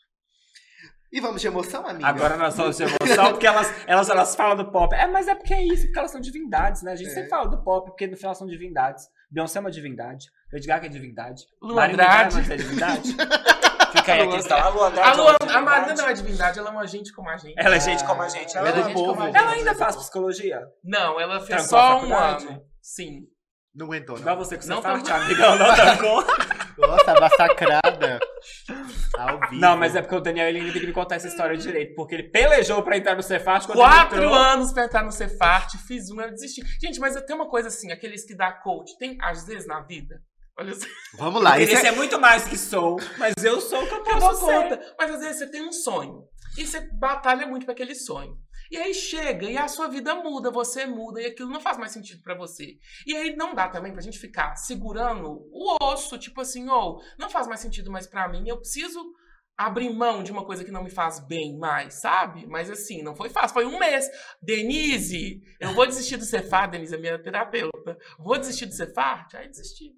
E vamos de emoção, amiga? Agora nós falamos de emoção, porque elas, elas, elas falam do pop. É, mas é porque é isso, porque elas são divindades, né? A gente É. sempre fala do pop, porque no final são divindades. Beyoncé é uma divindade, Lady Gaga é divindade. Lu Marina Andrade. Diamond é divindade. Fica aí a Lu questão. A Lu A, Andrade Lu, é uma a Marina divindade. não é divindade, ela é uma gente como a gente. Ela é gente como a gente. Ela, Ela é do gente povo. como a gente. Ela ainda faz psicologia? Não, ela fez Trancou só a um faculdade? ano. Sim. Não aguentou, Igual não. você com Não seu tá- forte, amiga. Ela não trancou. Nossa, massacrada. Ao vivo. Não, mas é porque o Daniel ele ainda tem que me contar essa história direito. Porque ele pelejou pra entrar no Cefat quando Quatro ele entrou. anos pra entrar no Cefart, fiz um, eu desisti. Gente, mas tem uma coisa assim, aqueles que dá coach, tem às vezes na vida. Olha só. Vamos lá, Eu esse queria é... ser muito mais que sou, mas eu sou o que eu Eu posso dou ser. conta. Mas às vezes você tem um sonho. E você batalha muito pra aquele sonho. E aí chega e a sua vida muda, você muda e aquilo não faz mais sentido pra você. E aí não dá também pra gente ficar segurando o osso, tipo assim, ou não faz mais sentido mais pra mim, eu preciso abrir mão de uma coisa que não me faz bem mais, sabe? Mas assim, não foi fácil, foi um mês. Denise, eu vou desistir do Cefat, Denise é minha terapeuta. Vou desistir do Cefat? Aí desisti.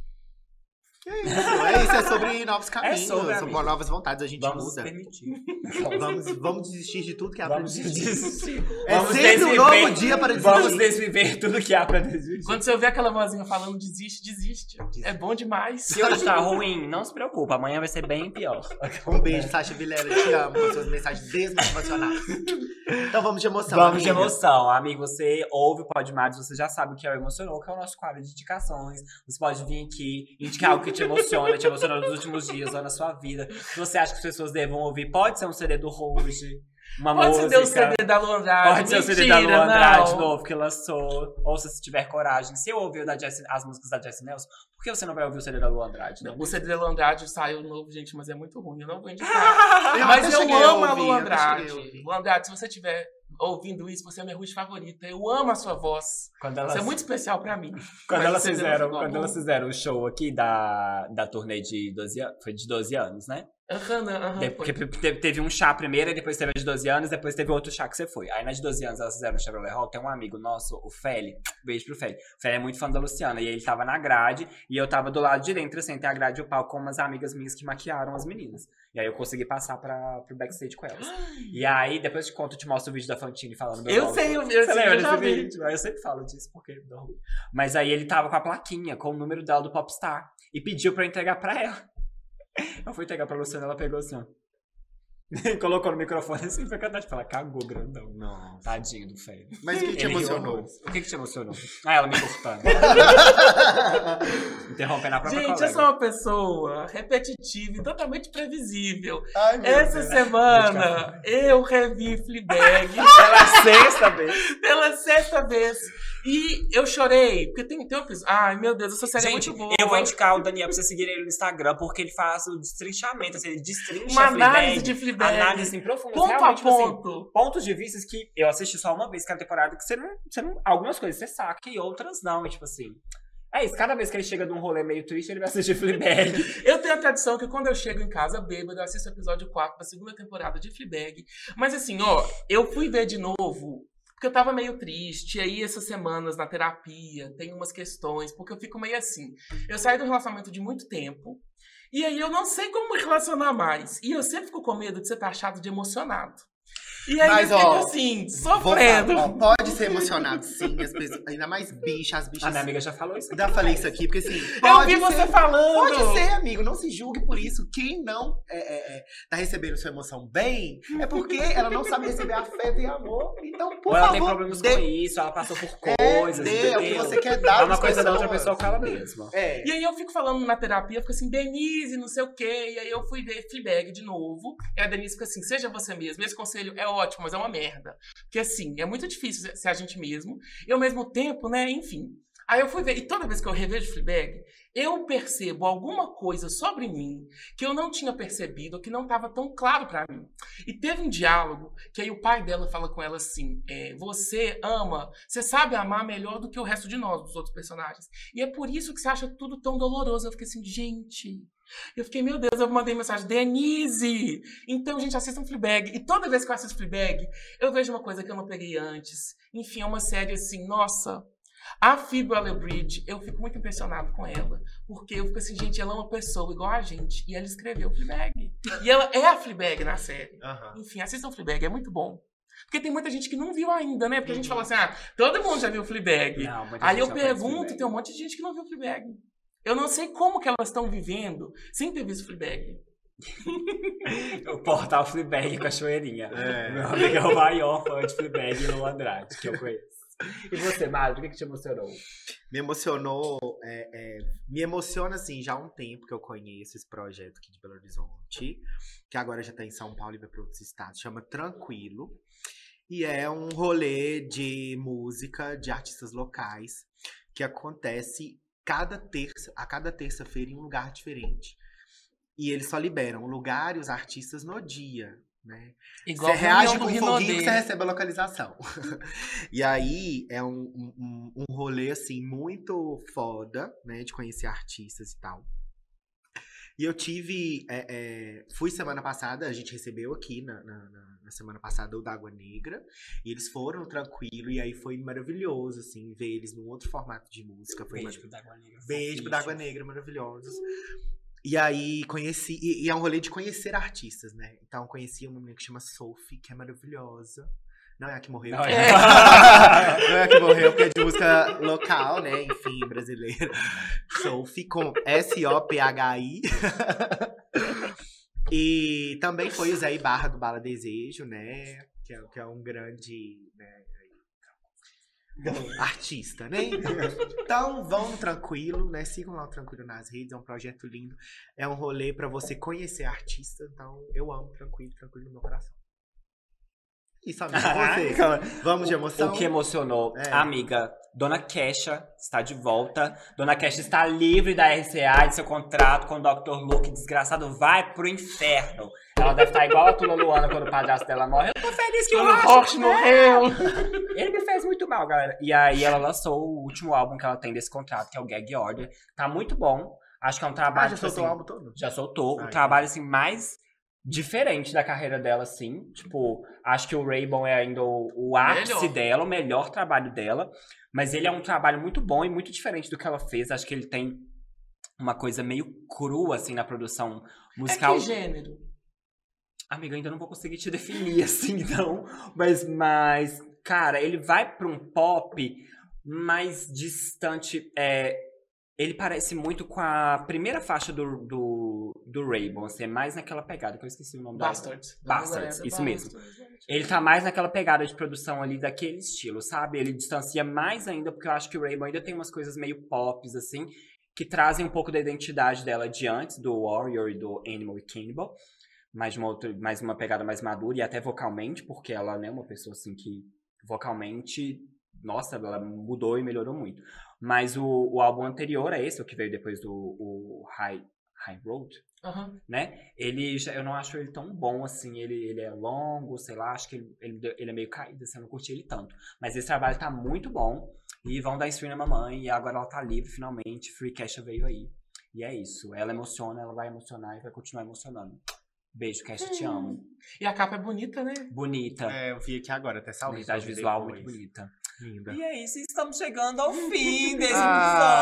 É isso, é isso, é sobre novos caminhos, sobre, sobre amiga. novas vontades, a gente Vamos muda. permitir. Vamos, vamos desistir de tudo que há pra Vamos desistir. desistir. É Vamos sempre um desviver- novo dia para desistir. Vamos desviver tudo que há pra desistir. Quando você ouvir aquela vozinha falando desiste, desiste. É bom demais. Se hoje tá ruim, não se preocupa. Amanhã vai ser bem pior. Um beijo, Sasha Vilela, te amo, com suas mensagens desmotivacionais. Então vamos de emoção, Vamos de amiga. emoção. Amigo, você ouve o Podmads, você já sabe o que é o Emocionou, que é o nosso quadro de indicações. Você pode vir aqui, indicar algo que te emociona, te emocionou nos últimos dias ou na sua vida. Se você acha que as pessoas devam ouvir, pode ser um C D do Rouge, uma Pode música. ser o C D da Lu Andrade. Pode ser o C D da Lu Mentira, Andrade não. novo que lançou. Ou se você tiver coragem. Se eu ouvir o da Jessie- as músicas da Jessie Nelson, por que você não vai ouvir o C D da Lu Andrade? Não? O C D da Lu Andrade saiu novo, gente, mas é muito ruim. Eu não vou indicar. Eu Mas até eu cheguei a amo a ouvir, Lu eu até Andrade. cheguei a ouvir. Lu Andrade, se você estiver ouvindo isso, você é a minha Ruth favorita. Eu amo a sua voz. Quando elas, Isso é muito especial pra mim. quando Mas elas o C D fizeram, ficou quando bom. elas fizeram o show aqui da, da turnê de doze anos, foi de doze anos, né? Aham, aham, De- foi. porque teve, teve um chá primeiro, e depois teve a de doze anos, depois teve outro chá que você foi. Aí na de doze anos elas fizeram no Chevrolet Hall, tem um amigo nosso, o Feli, beijo pro Feli. O Feli é muito fã da Luciana, e ele tava na grade, e eu tava do lado direito, assim, entre a grade e o palco, com umas amigas minhas que maquiaram as meninas. E aí eu consegui passar pra, pro backstage com elas. E aí, depois eu te conto, eu te mostro o vídeo da Fantine falando meu Eu nome. sei, eu, eu, Você sei, lembra eu já desse vi. vídeo? Aí eu sempre falo disso, porque dá ruim. Mas aí ele tava com a plaquinha, com o número dela do Popstar. E pediu pra eu entregar pra ela. Eu fui entregar pra Luciana, ela pegou assim, ó. Colocou no microfone assim, foi cantar. Tipo, ela cagou grandão. Não. Tadinho do feio. Mas o que te Ele riu emocionou? horrores. O que que te emocionou? Ah, ela me cortando. Interrompendo a própria Gente, colega. eu sou uma pessoa repetitiva e totalmente previsível. Ai, meu Essa Deus. semana eu revi Fleabag Pela sexta vez. pela sexta vez. E eu chorei, porque tem, tem um episódio. Ai, meu Deus, essa série Gente, é muito boa. eu vou indicar o Daniel pra você seguir ele no Instagram, porque ele faz o destrinchamento, assim, ele destrincha Uma a Fleabag, análise de Fleabag. análise assim, profunda. Ponto a realmente, tipo assim, ponto. pontos de vista que eu assisti só uma vez cada temporada, que você não, você não. Algumas coisas você saca e outras não. E tipo assim. É isso, cada vez que ele chega num rolê meio triste, ele vai assistir Fleabag. Eu tenho a tradição que quando eu chego em casa bêbado, eu assisto o episódio quatro da segunda temporada de Fleabag. Mas assim, ó, eu fui ver de novo, porque eu tava meio triste. E aí, essas semanas na terapia, tem umas questões, porque eu fico meio assim. Eu saí de um relacionamento de muito tempo, e aí eu não sei como me relacionar mais. E eu sempre fico com medo de ser taxado de emocionado. E aí Mas, eu fico ó, assim, Vou sofrendo. falar, ó, pode ser emocionado, sim. As pessoas, ainda mais bichas, as bichas. A minha amiga já falou isso. Ainda falei isso aqui, porque assim. Eu Pode vi ser, você falando. Pode ser, amigo. Não se julgue por isso. Quem não é, é, é, tá recebendo sua emoção bem é porque ela não sabe receber afeto e amor. Então, por Ou ela favor, tem problemas dê, com isso, ela passou por é, coisas, dê, é o que entendeu? você quer dar É uma pras coisa da outra pessoas. pessoa com ela mesma. É. E aí eu fico falando na terapia, eu fico assim, Denise, não sei o quê. E aí eu fui ver Fleabag de novo. E a Denise fica assim, seja você mesmo. Esse conselho é ótimo, mas é uma merda. Porque assim, é muito difícil ser a gente mesmo. E ao mesmo tempo, né, enfim. Aí eu fui ver, e toda vez que eu revejo Fleabag, eu percebo alguma coisa sobre mim que eu não tinha percebido, que não estava tão claro pra mim. E teve um diálogo que aí o pai dela fala com ela assim, é, você ama, você sabe amar melhor do que o resto de nós, dos outros personagens. E é por isso que você acha tudo tão doloroso. Eu fiquei assim, gente... Eu fiquei, meu Deus, eu mandei mensagem, Denise! Então, gente, assistam Fleabag. E toda vez que eu assisto Fleabag, eu vejo uma coisa que eu não peguei antes. Enfim, é uma série assim, nossa... A Phoebe Waller-Bridge, eu fico muito impressionado com ela. Porque eu fico assim, gente, ela é uma pessoa igual a gente. E ela escreveu Fleabag. E ela é a Fleabag na série. Uhum. Enfim, assistam Fleabag, é muito bom. Porque tem muita gente que não viu ainda, né? Porque a gente fala assim, ah, todo mundo já viu Fleabag. Não, muita Aí gente eu não conhece pergunto, Fleabag. tem um monte de gente que não viu Fleabag. Eu não sei como que elas estão vivendo sem ter visto Fleabag. O portal Fleabag Cachoeirinha. É. Meu amigo é o maior fã de Fleabag no Andrade, que eu conheço. E você, Mário, o que, que te emocionou? Me emocionou, é, é, me emociona assim, já há um tempo que eu conheço esse projeto aqui de Belo Horizonte, que agora já tá em São Paulo e vai para outros estados, chama Tranquilo, e é um rolê de música de artistas locais que acontece cada terça, a cada terça-feira em um lugar diferente. E eles só liberam o lugar e os artistas no dia, né? Igual Você reage reunião com do um foguinho Rinodê. que você recebe a localização. E aí é um, um, um rolê, assim, muito foda, né? De conhecer artistas e tal. E eu tive... É, é, fui semana passada, a gente recebeu aqui na, na, na semana passada o D'Água Negra. E eles foram Tranquilo, e aí foi maravilhoso, assim, ver eles num outro formato de música. Foi Beijo pro D'Água Negra. Beijo pro D'Água Negra, maravilhosos. E aí conheci, e, e é um rolê de conhecer artistas, né? Então conheci uma menina que chama Sophie, que é maravilhosa. Não é a que morreu. Não, Não é. é a que morreu, porque é de música local, né? Enfim, brasileira. Sophie com S O P H I. E também foi o Zé Ibarra do Bala Desejo, né? Que é, que é um grande, né, artista, né? Então vão no Tranquilo, né? Sigam lá o Tranquilo nas redes, é um projeto lindo. É um rolê pra você conhecer artista. Então eu amo Tranquilo, Tranquilo no meu coração. Isso, amigo, você. Vamos de emoção? O que emocionou, É. amiga, Dona Kesha está de volta. Dona Kesha está livre da R C A, de seu contrato com o doutor Luke. Desgraçado, vai pro inferno. Ela deve estar igual a Tula Luana quando o padrasto dela morre. Eu tô feliz que o Quando o Rocha Roche morreu. Ele me fez muito mal, galera. E aí ela lançou o último álbum que ela tem desse contrato, que é o Gag Order. Tá muito bom. Acho que é um Ah, trabalho... já tipo soltou o assim, álbum todo? Já soltou. Ah, o trabalho, assim, mais diferente da carreira dela, assim. Tipo, acho que o Rainbow é ainda o, o ápice Melhor. dela, o melhor trabalho dela. Mas ele é um trabalho muito bom e muito diferente do que ela fez. Acho que ele tem uma coisa meio crua, assim, na produção musical. É que gênero? Amiga, ainda não vou conseguir te definir, assim, não. Mas, mas cara, ele vai pra um pop mais distante. É, ele parece muito com a primeira faixa do, do, do Rainbow, assim, é mais naquela pegada, que eu esqueci o nome da Bastards. Bastards, Da isso mesmo. Bastards. Ele tá mais naquela pegada de produção ali, daquele estilo, sabe? Ele distancia mais ainda, porque eu acho que o Rainbow ainda tem umas coisas meio pops, assim, que trazem um pouco da identidade dela de antes, do Warrior e do Animal e Cannibal. Mais uma, outra, mais uma pegada mais madura, e até vocalmente, porque ela é né, uma pessoa, assim, que vocalmente, nossa, ela mudou e melhorou muito. Mas o, o álbum anterior a esse, o que veio depois do o High, High Road, Aham. né? Ele, já- eu não acho ele tão bom, assim, ele, ele é longo, sei lá, acho que ele, ele, ele é meio caído, assim, eu não curti ele tanto. Mas esse trabalho tá muito bom. E vão dar stream na mamãe. E agora ela tá livre, finalmente. Free Cash veio aí. E é isso. Ela emociona, ela vai emocionar e vai continuar emocionando. Beijo, Cash, te amo. E a capa é bonita, né? Bonita. É, eu vi aqui agora, até salve. Identidade visual muito bonita. Linda. E é isso, estamos chegando ao fim desse episódio.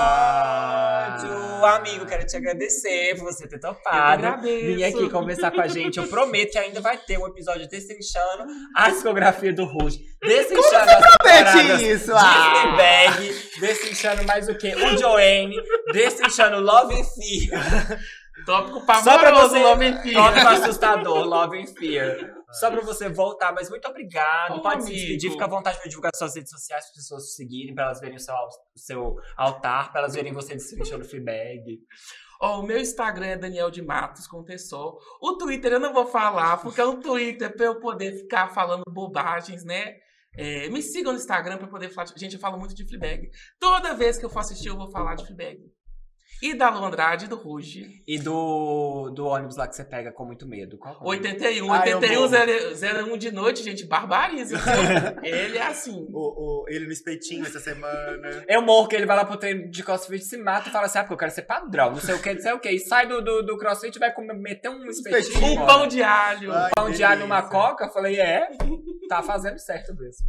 Ah. Amigo, quero te agradecer por você ter Eu topado. agradeço. Vim aqui conversar com a gente. Eu prometo que ainda vai ter um episódio destrinchando a discografia do Ruge. Destrinchando as temporadas isso? de Ah. Fleabag. Destrinchando mais o quê? O Joanne. Destrinchando Love and Fear. Tópico Só pra pavoroso, você, Love and Fear. tópico assustador, Love and Fear. Só pra você voltar, mas muito obrigado. Ô, Pode se amigo. despedir, fica à vontade pra divulgar suas redes sociais, para as pessoas te seguirem, pra elas verem o seu, al- o seu altar, pra elas verem você destrinchando Fleabag. Ó, o meu Instagram é Daniel de Matos, com T só. O Twitter eu não vou falar, porque é um Twitter pra eu poder ficar falando bobagens, né? É, me sigam no Instagram pra poder falar. de- Gente, eu falo muito de Fleabag. Toda vez que eu for assistir, eu vou falar de Fleabag. E da Lu Andrade, do Ruge. E do, do ônibus lá que você pega com muito medo. Qual que é o nome? oitenta e um, Ah, eu oitenta e um, vou. zero um de noite, gente, barbariza. Ele é assim. O, o, ele no espetinho essa semana. Eu morro que ele vai lá pro treino de crossfit, se mata e fala assim, ah, porque eu quero ser padrão, não sei o que, não sei o que. E sai do, do, do crossfit e vai comer, meter um espetinho. Um mano. pão de alho. Ai, pão de alho e uma delícia. coca. Eu falei, é, tá fazendo certo mesmo.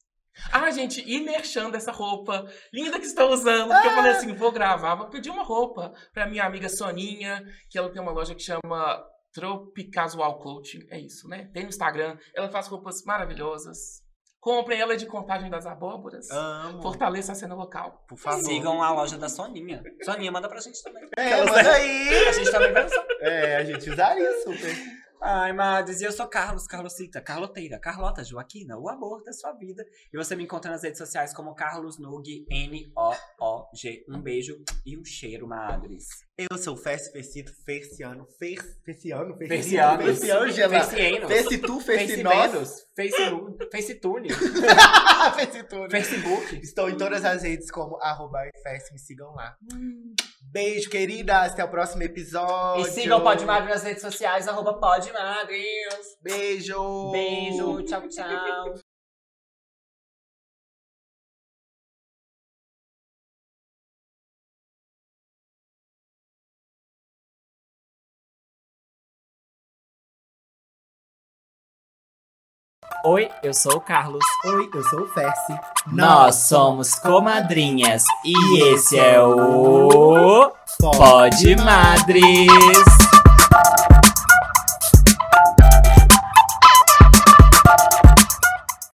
Ah, gente, e merchando essa roupa linda que estou usando. Porque eu falei assim, vou gravar, vou pedir uma roupa pra minha amiga Soninha, que ela tem uma loja que chama Tropicasual Clothing. É isso, né? Tem no Instagram. Ela faz roupas maravilhosas. Comprem ela de Contagem das Abóboras. Amo. Fortaleça a cena local. Por favor. Sigam a loja da Soninha. Soninha, manda pra gente também. É, manda aí. A gente também vai usar. É, a gente usaria super. Ai, Madres, e eu sou Carlos, Carlosita, Carloteira, Carlota Joaquina, o amor da sua vida. E você me encontra nas redes sociais como Carlos Nug, N O O G. Um beijo e um cheiro, Madres. Eu sou Fessi, Fecito, Ferciano, Fer, Ferciano, Ferciano. Ferciano, Gela. Fercianos. Fecitu, Fercinós. Facemenos, Facebook, Facetune, Fecitune. Facebook. Estou em todas as redes como arroba Fessi, me sigam lá. Beijo, queridas. Até o próximo episódio. E sigam o Pod Madre nas redes sociais, arroba Pod Madres. Beijo. Beijo, tchau, tchau. Oi, eu sou o Carlos. Oi, eu sou o Fessi. Nós somos comadrinhas e esse é o Pod Madres.